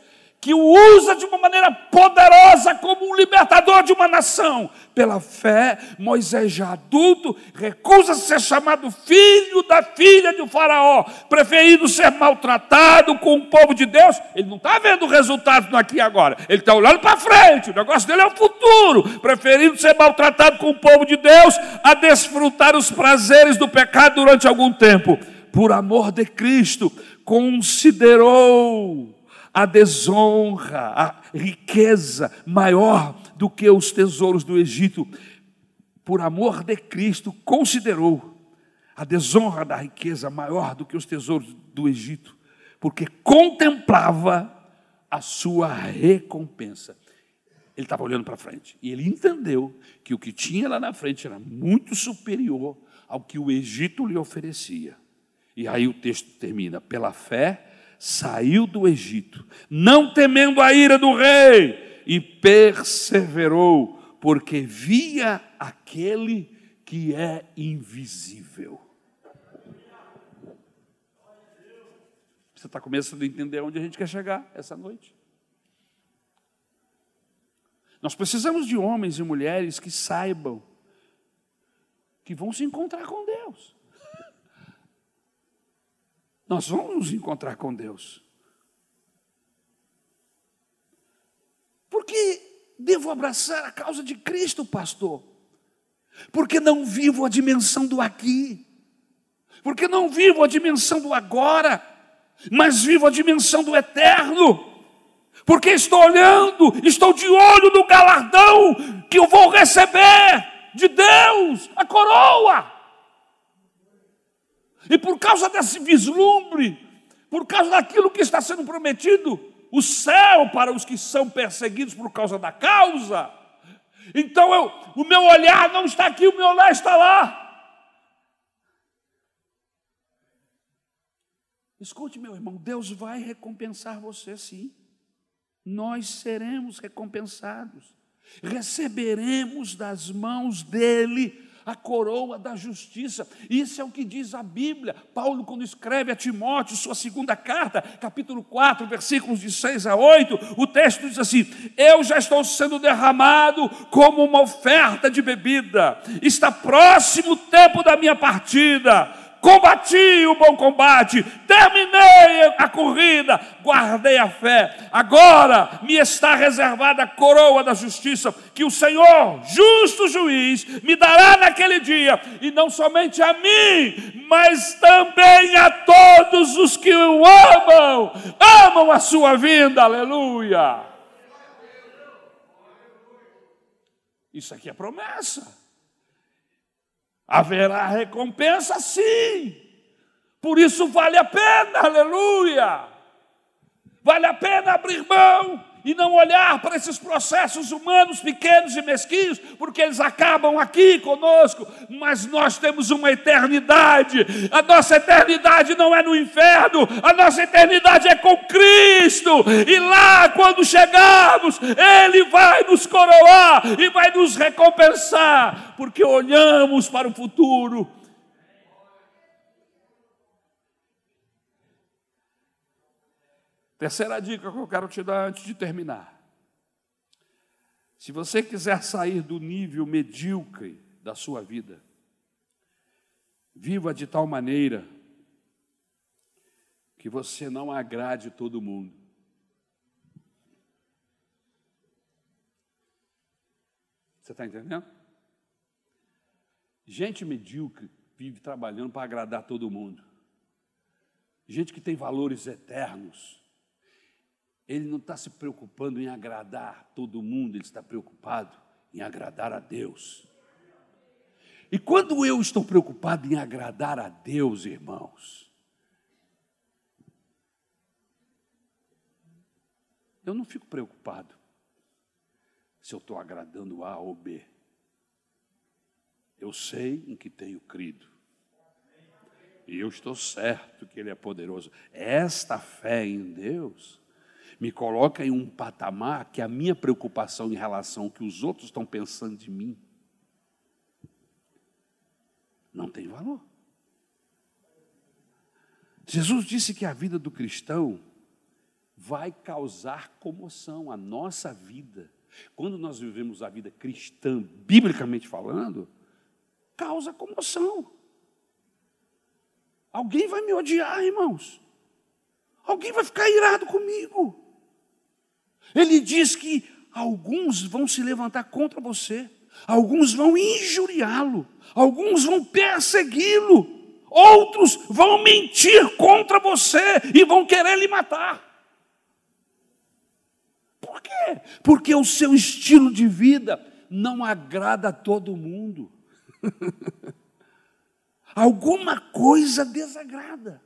que o usa de uma maneira poderosa como um libertador de uma nação. Pela fé, Moisés, já adulto, recusa ser chamado filho da filha de Faraó, preferindo ser maltratado com o povo de Deus. Ele não está vendo o resultado no aqui e agora, ele está olhando para frente, o negócio dele é o futuro, preferindo ser maltratado com o povo de Deus, a desfrutar os prazeres do pecado durante algum tempo. Por amor de Cristo, considerou a desonra, a riqueza maior do que os tesouros do Egito. Por amor de Cristo, considerou a desonra da riqueza maior do que os tesouros do Egito, porque contemplava a sua recompensa. Ele estava olhando para frente e ele entendeu que o que tinha lá na frente era muito superior ao que o Egito lhe oferecia. E aí o texto termina: pela fé saiu do Egito, não temendo a ira do rei, e perseverou, porque via aquele que é invisível. Você está começando a entender onde a gente quer chegar essa noite? Nós precisamos de homens e mulheres que saibam que vão se encontrar com Deus. Nós vamos nos encontrar com Deus. Por que devo abraçar a causa de Cristo, pastor? Porque não vivo a dimensão do aqui. Porque não vivo a dimensão do agora, mas vivo a dimensão do eterno. Porque estou olhando, estou de olho no galardão que eu vou receber de Deus, a coroa. E por causa desse vislumbre, por causa daquilo que está sendo prometido, o céu para os que são perseguidos por causa da causa, então o meu olhar não está aqui, o meu olhar está lá. Escute, meu irmão, Deus vai recompensar você sim. Nós seremos recompensados, receberemos das mãos dele a coroa da justiça. Isso é o que diz a Bíblia. Paulo, quando escreve a Timóteo, sua segunda carta, capítulo 4, versículos de 6 a 8, o texto diz assim: eu já estou sendo derramado como uma oferta de bebida, está próximo o tempo da minha partida. Combati o bom combate, terminei a corrida, guardei a fé. Agora me está reservada a coroa da justiça, que o Senhor, justo juiz, me dará naquele dia, e não somente a mim, mas também a todos os que o amam a sua vinda, aleluia. Isso aqui é promessa. Haverá recompensa, sim. Por isso vale a pena, aleluia. Vale a pena abrir mão e não olhar para esses processos humanos pequenos e mesquinhos, porque eles acabam aqui conosco, mas nós temos uma eternidade. A nossa eternidade não é no inferno, a nossa eternidade é com Cristo, e lá quando chegarmos, Ele vai nos coroar e vai nos recompensar, porque olhamos para o futuro. Terceira dica que eu quero te dar antes de terminar. Se você quiser sair do nível medíocre da sua vida, viva de tal maneira que você não agrade todo mundo. Você está entendendo? Gente medíocre vive trabalhando para agradar todo mundo. Gente que tem valores eternos, ele não está se preocupando em agradar todo mundo, ele está preocupado em agradar a Deus. E quando eu estou preocupado em agradar a Deus, irmãos, eu não fico preocupado se eu estou agradando A ou B. Eu sei em que tenho crido. E eu estou certo que Ele é poderoso. Esta fé em Deus me coloca em um patamar que a minha preocupação em relação ao que os outros estão pensando de mim não tem valor. Jesus disse que a vida do cristão vai causar comoção. A nossa vida, quando nós vivemos a vida cristã, biblicamente falando, causa comoção. Alguém vai me odiar, irmãos. Alguém vai ficar irado comigo. Ele diz que alguns vão se levantar contra você, alguns vão injuriá-lo, alguns vão persegui-lo, outros vão mentir contra você e vão querer lhe matar. Por quê? Porque o seu estilo de vida não agrada a todo mundo. Alguma coisa desagrada.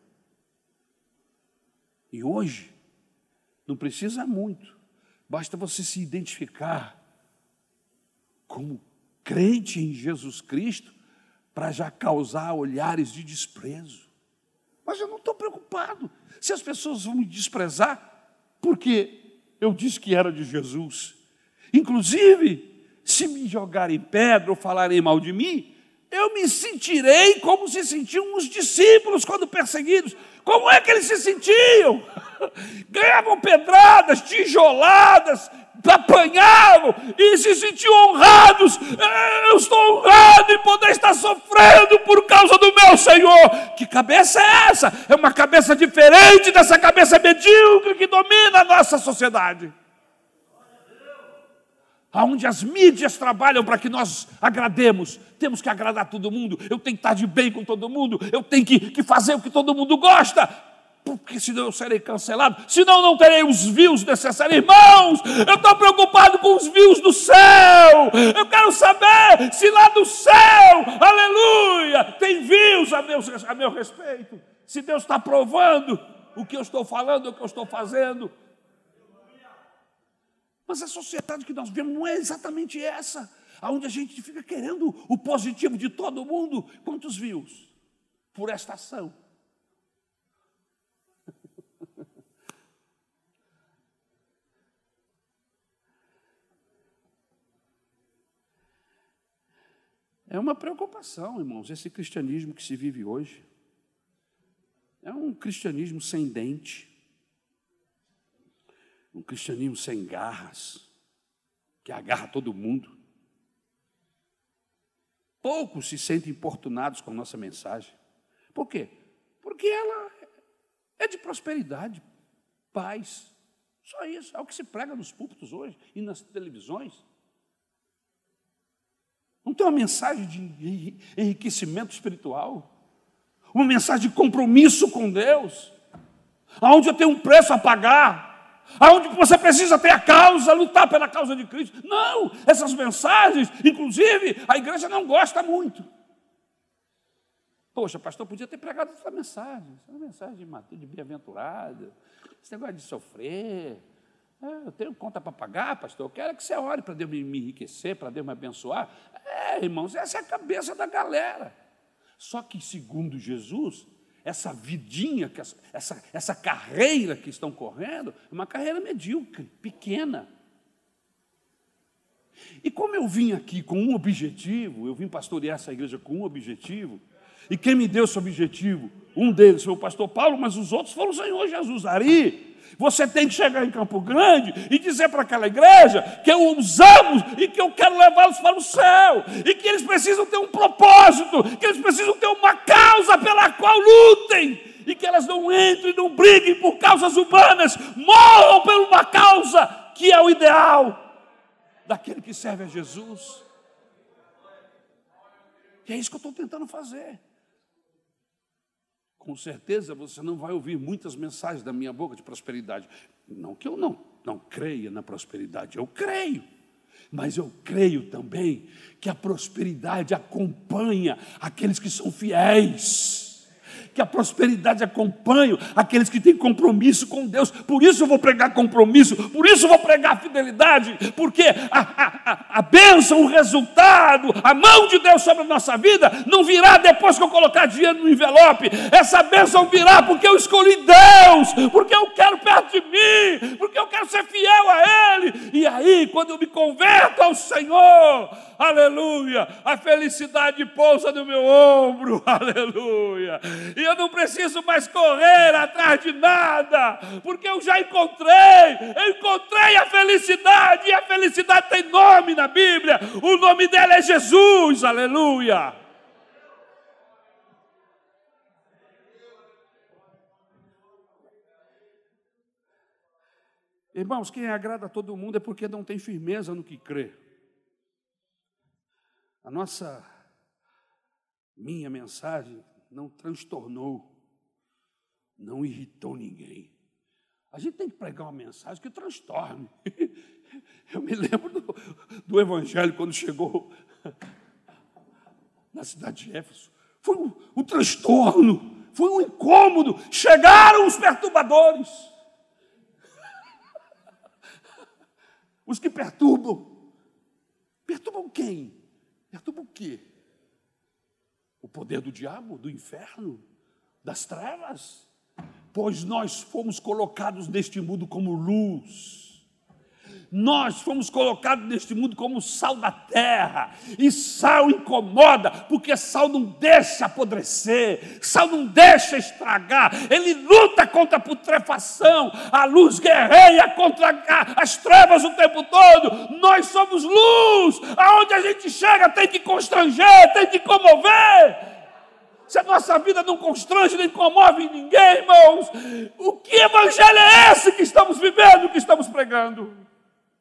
E hoje, não precisa muito, basta você se identificar como crente em Jesus Cristo para já causar olhares de desprezo. Mas eu não estou preocupado se as pessoas vão me desprezar, porque eu disse que era de Jesus. Inclusive, se me jogarem pedra ou falarem mal de mim, eu me sentirei como se sentiam os discípulos quando perseguidos. Como é que eles se sentiam? Ganhavam pedradas, tijoladas, apanhavam e se sentiam honrados. Eu estou honrado em poder estar sofrendo por causa do meu Senhor. Que cabeça é essa? É uma cabeça diferente dessa cabeça medíocre que domina a nossa sociedade. Onde as mídias trabalham para que nós agrademos, temos que agradar todo mundo, eu tenho que estar de bem com todo mundo, eu tenho que fazer o que todo mundo gosta, porque senão eu serei cancelado, senão não terei os views necessários. Irmãos, eu estou preocupado com os views do céu, eu quero saber se lá do céu, aleluia, tem views a meu respeito, se Deus está aprovando o que eu estou falando, o que eu estou fazendo. Mas a sociedade que nós vemos não é exatamente essa, onde a gente fica querendo o positivo de todo mundo. Quantos views por esta ação? É uma preocupação, irmãos, esse cristianismo que se vive hoje. É um cristianismo sem dente. Um cristianismo sem garras, que agarra todo mundo. Poucos se sentem importunados com a nossa mensagem. Por quê? Porque ela é de prosperidade, paz. Só isso, é o que se prega nos púlpitos hoje e nas televisões. Não tem uma mensagem de enriquecimento espiritual, uma mensagem de compromisso com Deus, onde eu tenho um preço a pagar, aonde você precisa ter a causa, lutar pela causa de Cristo. Não, essas mensagens, inclusive, a igreja não gosta muito. Poxa, pastor, podia ter pregado essa mensagem. Essa é uma mensagem de bem-aventurado, esse negócio de sofrer. Eu tenho conta para pagar, pastor, eu quero que você ore para Deus me enriquecer, para Deus me abençoar. Irmãos, essa é a cabeça da galera. Só que, segundo Jesus, essa vidinha, essa carreira que estão correndo, é uma carreira medíocre, pequena. E como eu vim aqui com um objetivo, eu vim pastorear essa igreja com um objetivo, e quem me deu esse objetivo? Um deles foi o pastor Paulo, mas os outros foram o Senhor Jesus. Ari, você tem que chegar em Campo Grande e dizer para aquela igreja que eu os amo e que eu quero levá-los para o céu, e que eles precisam ter um propósito, que eles precisam ter uma causa pela qual lutem, e que elas não entrem, não briguem por causas humanas, morram por uma causa que é o ideal daquele que serve a Jesus. E é isso que eu estou tentando fazer. Com certeza você não vai ouvir muitas mensagens da minha boca de prosperidade. Não que eu não creia na prosperidade, eu creio. Mas eu creio também que a prosperidade acompanha aqueles que são fiéis. Que a prosperidade acompanha aqueles que têm compromisso com Deus. Por isso eu vou pregar compromisso, por isso eu vou pregar fidelidade, porque a bênção, o resultado, a mão de Deus sobre a nossa vida não virá depois que eu colocar dinheiro no envelope. Essa bênção virá porque eu escolhi Deus, porque eu quero perto de mim, porque eu quero ser fiel a Ele. E aí, quando eu me converto ao Senhor, aleluia. A felicidade pousa no meu ombro, aleluia. E eu não preciso mais correr atrás de nada, porque eu já encontrei a felicidade, e a felicidade tem nome na Bíblia, o nome dela é Jesus, aleluia. Irmãos, quem agrada a todo mundo é porque não tem firmeza no que crê. Minha mensagem não transtornou, não irritou ninguém. A gente tem que pregar uma mensagem que transtorne. Eu me lembro do evangelho quando chegou na cidade de Éfeso. Foi um transtorno, foi um incômodo. Chegaram os perturbadores. Os que perturbam. Perturbam quem? Perturbam o quê? O poder do diabo, do inferno, das trevas? Pois nós fomos colocados neste mundo como luz. Nós fomos colocados neste mundo como sal da terra, e sal incomoda, porque sal não deixa apodrecer, sal não deixa estragar, ele luta contra a putrefação, a luz guerreia contra as trevas o tempo todo. Nós somos luz, aonde a gente chega tem que constranger, tem que comover. Se a nossa vida não constrange nem comove ninguém, irmãos, o que evangelho é esse que estamos vivendo, que estamos pregando?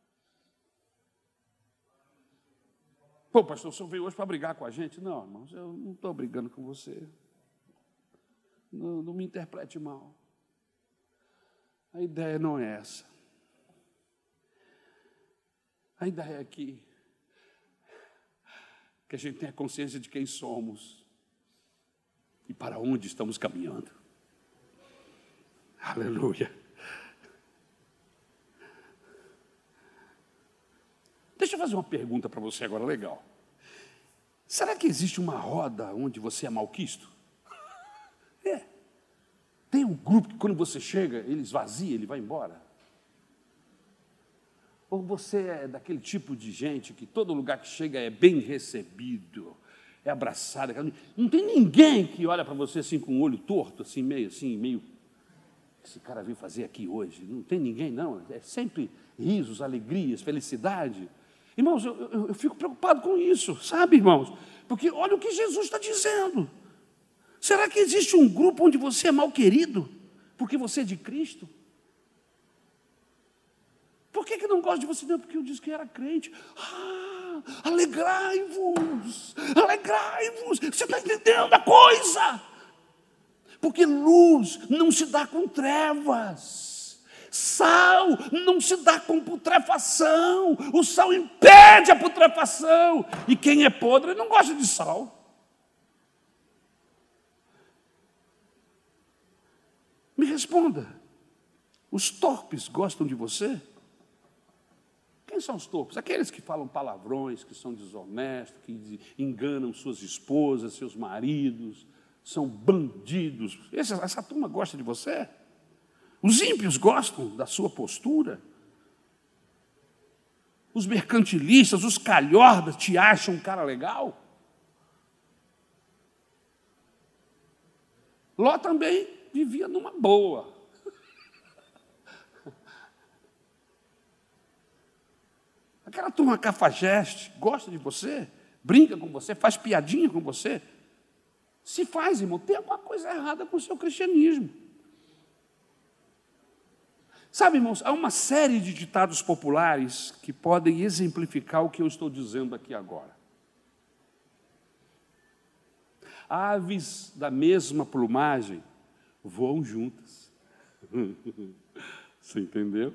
Pô, pastor, o senhor veio hoje para brigar com a gente? Não, irmãos, eu não estou brigando com você. Não me interprete mal. A ideia não é essa. A ideia é que a gente tenha consciência de quem somos e para onde estamos caminhando. Aleluia. Deixa eu fazer uma pergunta para você agora, legal. Será que existe uma roda onde você é malquisto? É. Tem um grupo que quando você chega, ele esvazia, ele vai embora? Ou você é daquele tipo de gente que todo lugar que chega é bem recebido, é abraçado? Não tem ninguém que olha para você assim com o olho torto, assim, meio... Esse cara veio fazer aqui hoje. Não tem ninguém, não. É sempre risos, alegrias, felicidade. Irmãos, eu fico preocupado com isso, sabe, irmãos? Porque olha o que Jesus está dizendo. Será que existe um grupo onde você é mal querido porque você é de Cristo? Por que não gosta de você? Não, porque eu disse que era crente. Alegrai-vos, alegrai-vos. Você está entendendo a coisa? Porque luz não se dá com trevas. Sal não se dá com putrefação. O sal impede a putrefação. E quem é podre não gosta de sal. Me responda. Os torpes gostam de você? Quem são os torpes? Aqueles que falam palavrões, que são desonestos, que enganam suas esposas, seus maridos, são bandidos. Essa turma gosta de você? Os ímpios gostam da sua postura. Os mercantilistas, os calhordas te acham um cara legal. Ló também vivia numa boa. Aquela turma cafajeste gosta de você, brinca com você, faz piadinha com você. Se faz, irmão, tem alguma coisa errada com o seu cristianismo. Sabe, irmãos, há uma série de ditados populares que podem exemplificar o que eu estou dizendo aqui agora. Aves da mesma plumagem voam juntas. Você entendeu?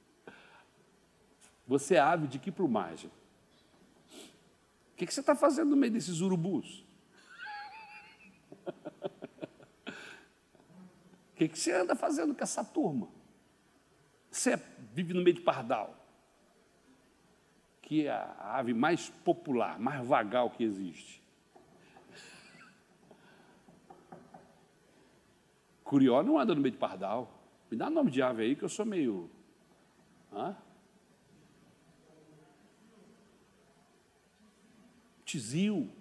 Você é ave de que plumagem? O que você está fazendo no meio desses urubus? O que você anda fazendo com essa turma? Você vive no meio de pardal, que é a ave mais popular, mais vagal que existe. Curió não anda no meio de pardal. Me dá nome de ave aí que eu sou meio... tizil.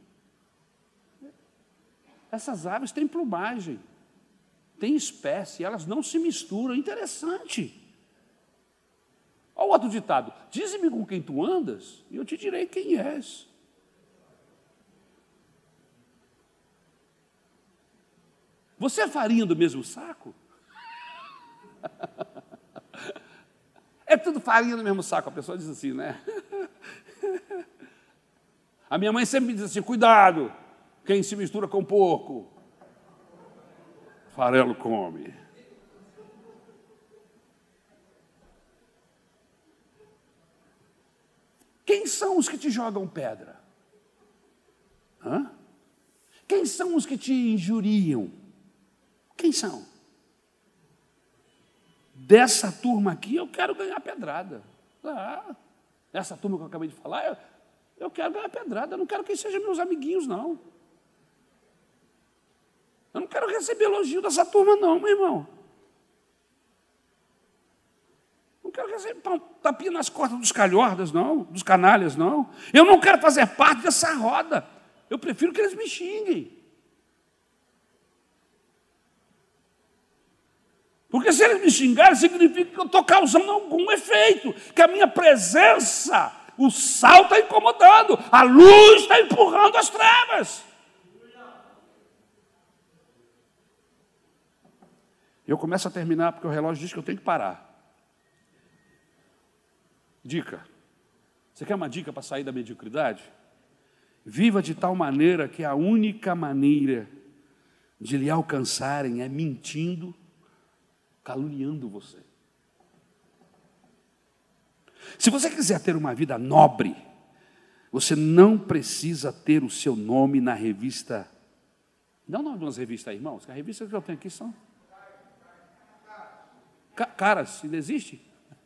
Essas aves têm plumagem, têm espécie, elas não se misturam. Interessante. Olha o outro ditado: dize-me com quem tu andas, e eu te direi quem és. Você é farinha do mesmo saco? É tudo farinha do mesmo saco, a pessoa diz assim, né? A minha mãe sempre me diz assim: cuidado, quem se mistura com porco, farelo come. Quem são os que te jogam pedra? Hã? Quem são os que te injuriam? Quem são? Dessa turma aqui eu quero ganhar pedrada. Essa turma que eu acabei de falar, eu quero ganhar pedrada. Eu não quero que sejam meus amiguinhos, não. Eu não quero receber elogio dessa turma, não, meu irmão. Não quero receber tapinha nas costas dos calhordas, não, dos canalhas, não. Eu não quero fazer parte dessa roda. Eu prefiro que eles me xinguem. Porque se eles me xingarem, significa que eu estou causando algum efeito, que a minha presença, o sal está incomodando, a luz está empurrando as trevas. Eu começo a terminar porque o relógio diz que eu tenho que parar. Dica. Você quer uma dica para sair da mediocridade? Viva de tal maneira que a única maneira de lhe alcançarem é mentindo, caluniando você. Se você quiser ter uma vida nobre, você não precisa ter o seu nome na revista. Não, não, umas revistas aí, irmãos, que a revista que eu tenho aqui são Caras, ainda existe?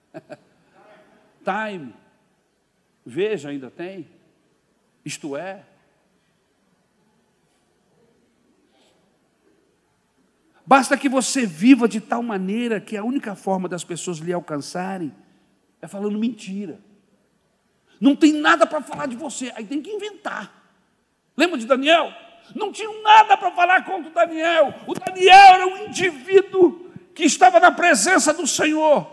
Time, Veja, ainda tem. Isto é. Basta que você viva de tal maneira que a única forma das pessoas lhe alcançarem é falando mentira. Não tem nada para falar de você, aí tem que inventar. Lembra de Daniel? Não tinha nada para falar contra o Daniel. O Daniel era um indivíduo que estava na presença do Senhor.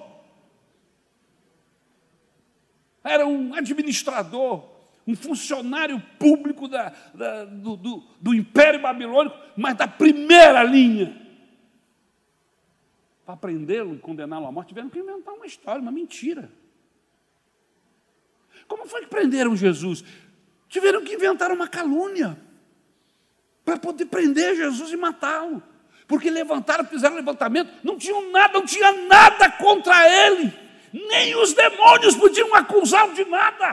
Era um administrador, um funcionário público do Império Babilônico, mas da primeira linha. Para prendê-lo e condená-lo à morte, tiveram que inventar uma história, uma mentira. Como foi que prenderam Jesus? Tiveram que inventar uma calúnia para poder prender Jesus e matá-lo. Porque levantaram, fizeram levantamento, não tinham nada, não tinha nada contra ele. Nem os demônios podiam acusá-lo de nada.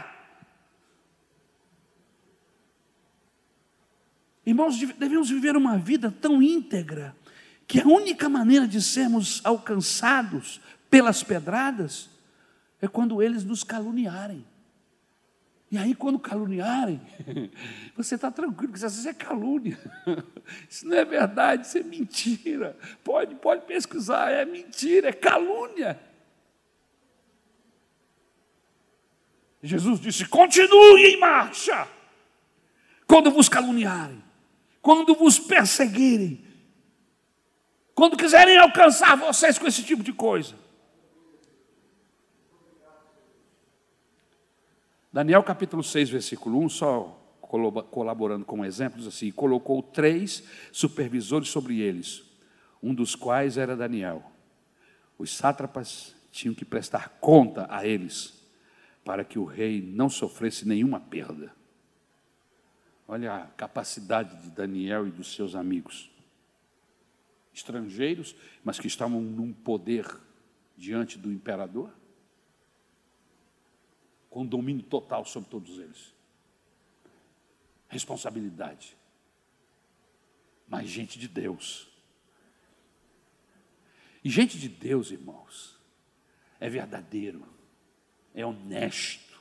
Irmãos, devemos viver uma vida tão íntegra que a única maneira de sermos alcançados pelas pedradas é quando eles nos caluniarem. E aí, quando caluniarem, você está tranquilo, porque às vezes é calúnia. Isso não é verdade, isso é mentira. Pode pesquisar, é mentira, é calúnia. Jesus disse: continue em marcha. Quando vos caluniarem, quando vos perseguirem, quando quiserem alcançar vocês com esse tipo de coisa. Daniel capítulo 6, versículo 1, só colaborando com exemplos assim: colocou 3 supervisores sobre eles, um dos quais era Daniel. Os sátrapas tinham que prestar conta a eles, para que o rei não sofresse nenhuma perda. Olha a capacidade de Daniel e dos seus amigos. Estrangeiros, mas que estavam num poder diante do imperador, com domínio total sobre todos eles. Responsabilidade. Mas gente de Deus. E gente de Deus, irmãos, é verdadeiro, é honesto,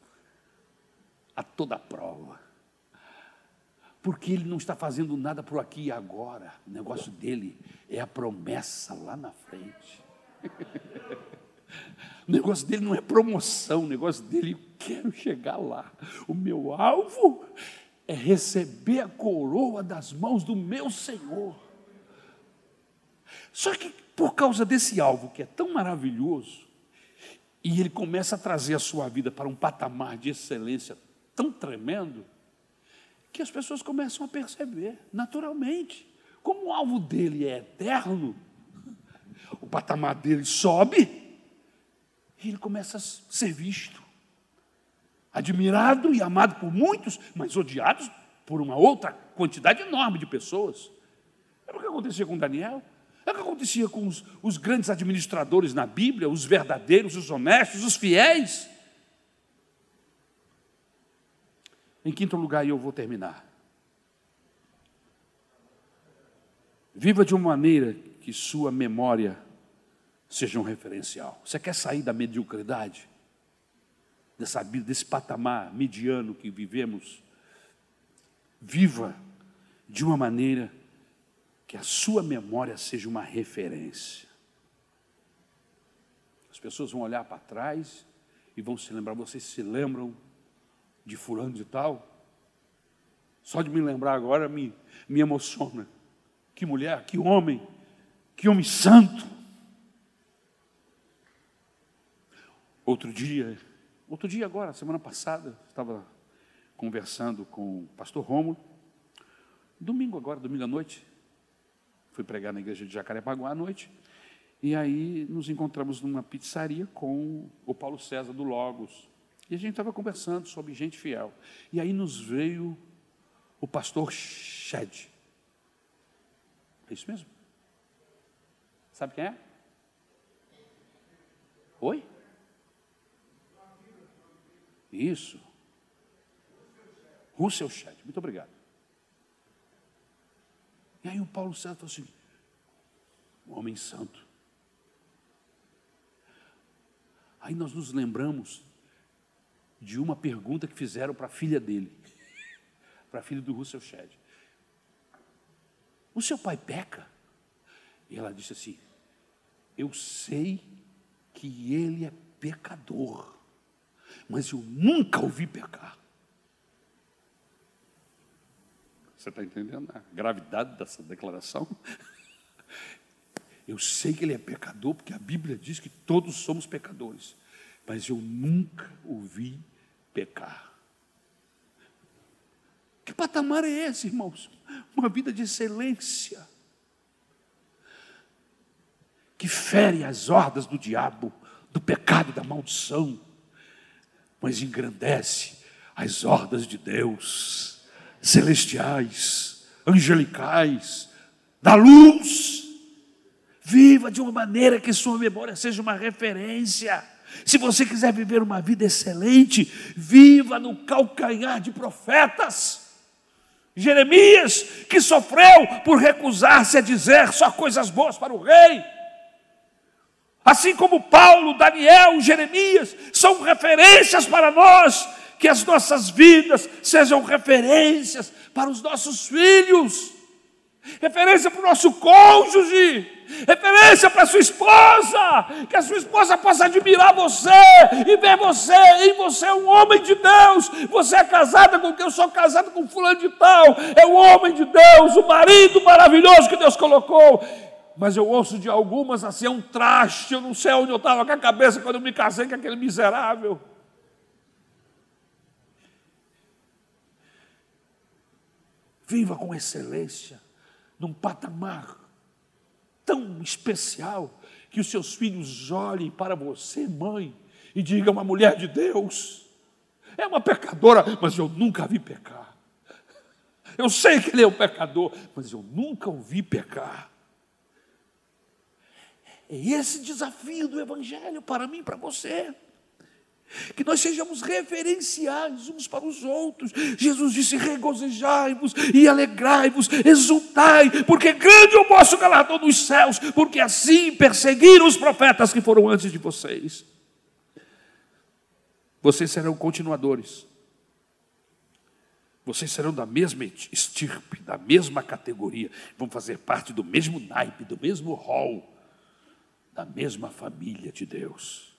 a toda prova. Porque ele não está fazendo nada por aqui e agora. O negócio dele é a promessa lá na frente. O negócio dele não é promoção, o negócio dele, eu quero chegar lá. O meu alvo é receber a coroa das mãos do meu Senhor. Só que por causa desse alvo que é tão maravilhoso, e ele começa a trazer a sua vida para um patamar de excelência tão tremendo, que as pessoas começam a perceber, naturalmente, como o alvo dele é eterno, o patamar dele sobe, e ele começa a ser visto, admirado e amado por muitos, mas odiado por uma outra quantidade enorme de pessoas. É o que acontecia com Daniel, é o que acontecia com os grandes administradores na Bíblia, os verdadeiros, os honestos, os fiéis. Em quinto lugar, e eu vou terminar. Viva de uma maneira que sua memória seja um referencial. Você quer sair da mediocridade? Desse patamar mediano que vivemos? Viva de uma maneira que a sua memória seja uma referência. As pessoas vão olhar para trás e vão se lembrar. Vocês se lembram de fulano de tal? Só de me lembrar agora me emociona. Que mulher, que homem santo. Outro dia agora, semana passada, estava conversando com o pastor Rômulo, domingo à noite, fui pregar na igreja de Jacarepaguá à noite, e aí nos encontramos numa pizzaria com o Paulo César do Logos, e a gente estava conversando sobre gente fiel, e aí nos veio o pastor Shed. É isso mesmo? Sabe quem é? Oi? Isso. Russell Shedd, muito obrigado. E aí o Paulo César falou assim, um homem santo. Aí nós nos lembramos de uma pergunta que fizeram para a filha dele, para a filha do Russell Shedd. O seu pai peca? E ela disse assim, eu sei que ele é pecador, mas eu nunca o vi pecar. Você está entendendo a gravidade dessa declaração? Eu sei que ele é pecador, porque a Bíblia diz que todos somos pecadores, mas eu nunca o vi pecar. Que patamar é esse, irmãos? Uma vida de excelência, que fere as hordas do diabo, do pecado e da maldição, mas engrandece as hordas de Deus, celestiais, angelicais, da luz. Viva de uma maneira que sua memória seja uma referência. Se você quiser viver uma vida excelente, viva no calcanhar de profetas. Jeremias, que sofreu por recusar-se a dizer só coisas boas para o rei. Assim como Paulo, Daniel, Jeremias, são referências para nós, que as nossas vidas sejam referências para os nossos filhos, referência para o nosso cônjuge, referência para a sua esposa, que a sua esposa possa admirar você e ver você, em você um homem de Deus. Você é casada com quem? Eu sou casado com fulano de tal, é o homem de Deus, o marido maravilhoso que Deus colocou. Mas eu ouço de algumas assim, é um traste, eu não sei onde eu estava com a cabeça quando eu me casei com aquele miserável. Viva com excelência, num patamar tão especial, que os seus filhos olhem para você, mãe, e digam, uma mulher de Deus, é uma pecadora, mas eu nunca a vi pecar. Eu sei que ele é um pecador, mas eu nunca o vi pecar. É esse desafio do Evangelho para mim e para você. Que nós sejamos referenciais uns para os outros. Jesus disse, regozijai-vos e alegrai-vos, exultai, porque grande é o vosso galardão nos céus, porque assim perseguiram os profetas que foram antes de vocês. Vocês serão continuadores. Vocês serão da mesma estirpe, da mesma categoria, vão fazer parte do mesmo naipe, do mesmo hall da mesma família de Deus.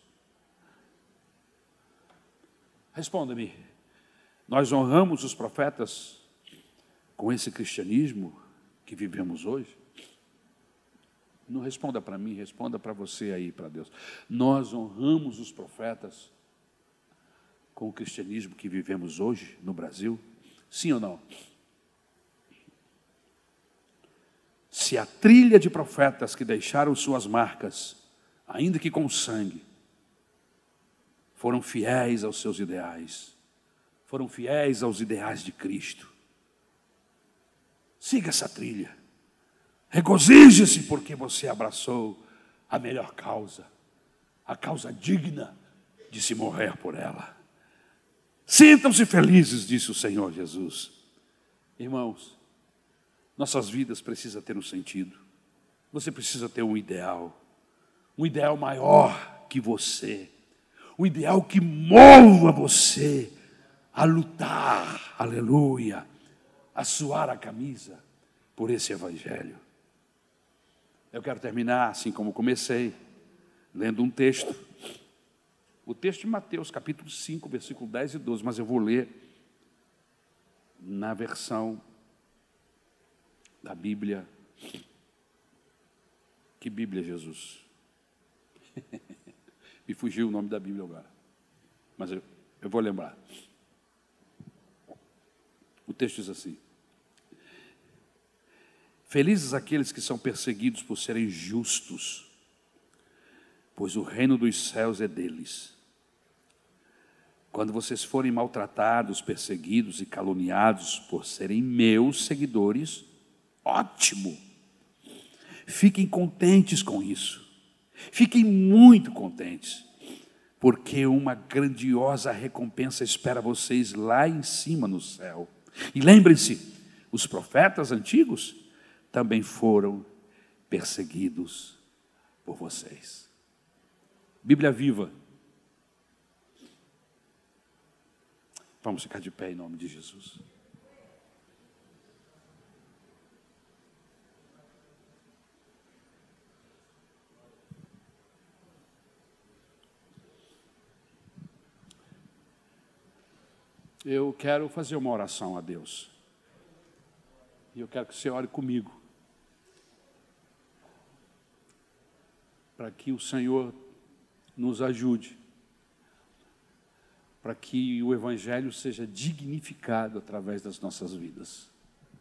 Responda-me, nós honramos os profetas com esse cristianismo que vivemos hoje? Não responda para mim, responda para você aí, para Deus. Nós honramos os profetas com o cristianismo que vivemos hoje no Brasil? Sim ou não? Se a trilha de profetas que deixaram suas marcas, ainda que com sangue, foram fiéis aos seus ideais, foram fiéis aos ideais de Cristo, siga essa trilha. Regozije-se porque você abraçou a melhor causa, a causa digna de se morrer por ela. Sintam-se felizes, disse o Senhor Jesus. Irmãos, nossas vidas precisam ter um sentido. Você precisa ter um ideal maior que você, um ideal que mova você a lutar, aleluia, a suar a camisa por esse evangelho. Eu quero terminar assim como comecei, lendo um texto. O texto de Mateus, capítulo 5, versículo 10 e 12, mas eu vou ler na versão da Bíblia. Que Bíblia, Jesus? Me fugiu o nome da Bíblia agora, mas eu vou lembrar. O texto diz assim: felizes aqueles que são perseguidos por serem justos, pois o reino dos céus é deles. Quando vocês forem maltratados, perseguidos e caluniados por serem meus seguidores, ótimo! Fiquem contentes com isso. Fiquem muito contentes, porque uma grandiosa recompensa espera vocês lá em cima no céu. E lembrem-se, os profetas antigos também foram perseguidos por vocês. Bíblia viva. Vamos ficar de pé em nome de Jesus. Eu quero fazer uma oração a Deus. E eu quero que você ore comigo, para que o Senhor nos ajude, para que o Evangelho seja dignificado através das nossas vidas.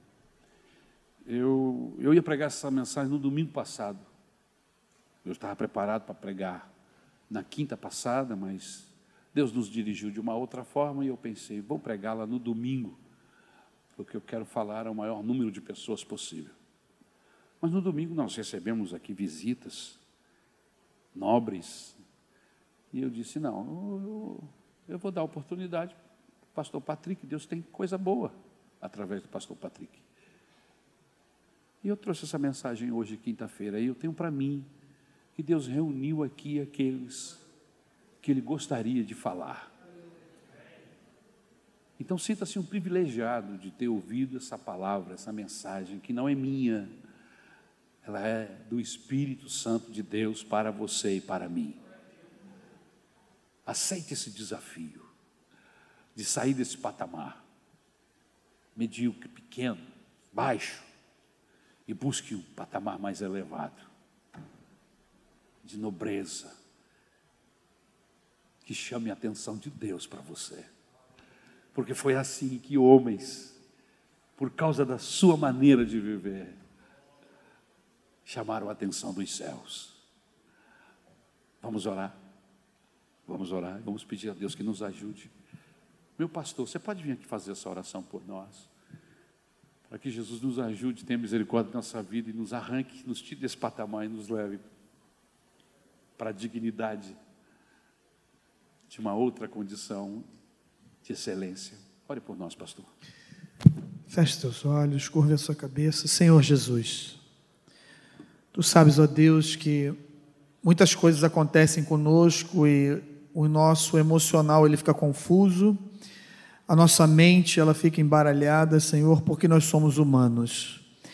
Eu ia pregar essa mensagem no domingo passado. Eu estava preparado para pregar na quinta passada, mas Deus nos dirigiu de uma outra forma e eu pensei, vou pregá-la no domingo, porque eu quero falar ao maior número de pessoas possível. Mas no domingo nós recebemos aqui visitas nobres, e eu disse, não, eu vou dar oportunidade para o pastor Patrick, Deus tem coisa boa através do pastor Patrick. E eu trouxe essa mensagem hoje, quinta-feira, e eu tenho para mim que Deus reuniu aqui aqueles que Ele gostaria de falar. Então sinta-se um privilegiado de ter ouvido essa palavra, essa mensagem, que não é minha, ela é do Espírito Santo de Deus para você e para mim. Aceite esse desafio de sair desse patamar medíocre, pequeno, baixo, e busque um patamar mais elevado, de nobreza, que chame a atenção de Deus para você. Porque foi assim que homens, por causa da sua maneira de viver, chamaram a atenção dos céus. Vamos orar? Vamos orar, vamos pedir a Deus que nos ajude. Meu pastor, você pode vir aqui fazer essa oração por nós? Para que Jesus nos ajude, tenha misericórdia da nossa vida e nos arranque, nos tire desse patamar e nos leve para a dignidade de uma outra condição de excelência. Ore por nós, pastor. Feche seus olhos, curva a sua cabeça. Senhor Jesus, Tu sabes, ó Deus, que muitas coisas acontecem conosco e o nosso emocional ele fica confuso, a nossa mente ela fica embaralhada, Senhor, porque nós somos humanos.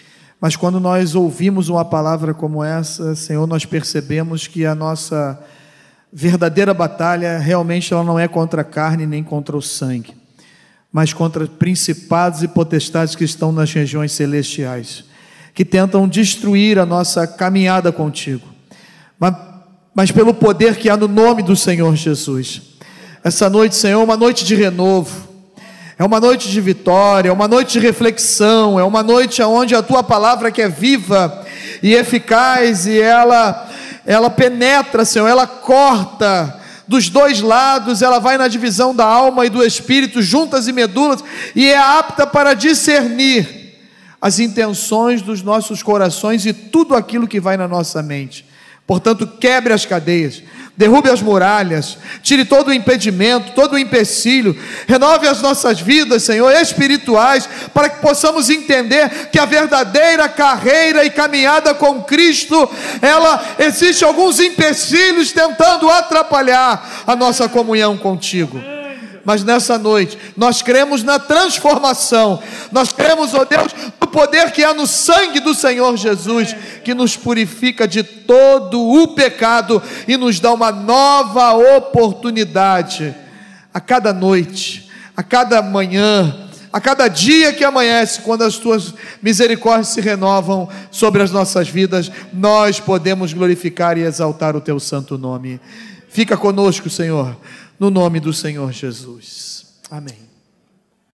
Mas quando nós ouvimos uma palavra como essa, Senhor, nós percebemos que a nossa verdadeira batalha realmente ela não é contra a carne nem contra o sangue, mas contra principados e potestades que estão nas regiões celestiais, que tentam destruir a nossa caminhada contigo, mas pelo poder que há no nome do Senhor Jesus. Essa noite, Senhor, é uma noite de renovo, é uma noite de vitória, é uma noite de reflexão, é uma noite onde a Tua palavra que é viva e eficaz, e ela penetra, Senhor, ela corta dos dois lados, ela vai na divisão da alma e do espírito, juntas e medulas, e é apta para discernir as intenções dos nossos corações e tudo aquilo que vai na nossa mente. Portanto, quebre as cadeias, derrube as muralhas, tire todo o impedimento, todo o empecilho, renove as nossas vidas, Senhor, espirituais, para que possamos entender que a verdadeira carreira e caminhada com Cristo, existe alguns empecilhos tentando atrapalhar a nossa comunhão contigo. Mas nessa noite, nós cremos na transformação, nós cremos, ó Deus, no poder que há no sangue do Senhor Jesus, que nos purifica de todo o pecado e nos dá uma nova oportunidade, a cada noite, a cada manhã, a cada dia que amanhece, quando as Tuas misericórdias se renovam sobre as nossas vidas, nós podemos glorificar e exaltar o Teu santo nome. Fica conosco, Senhor, no nome do Senhor Jesus. Amém.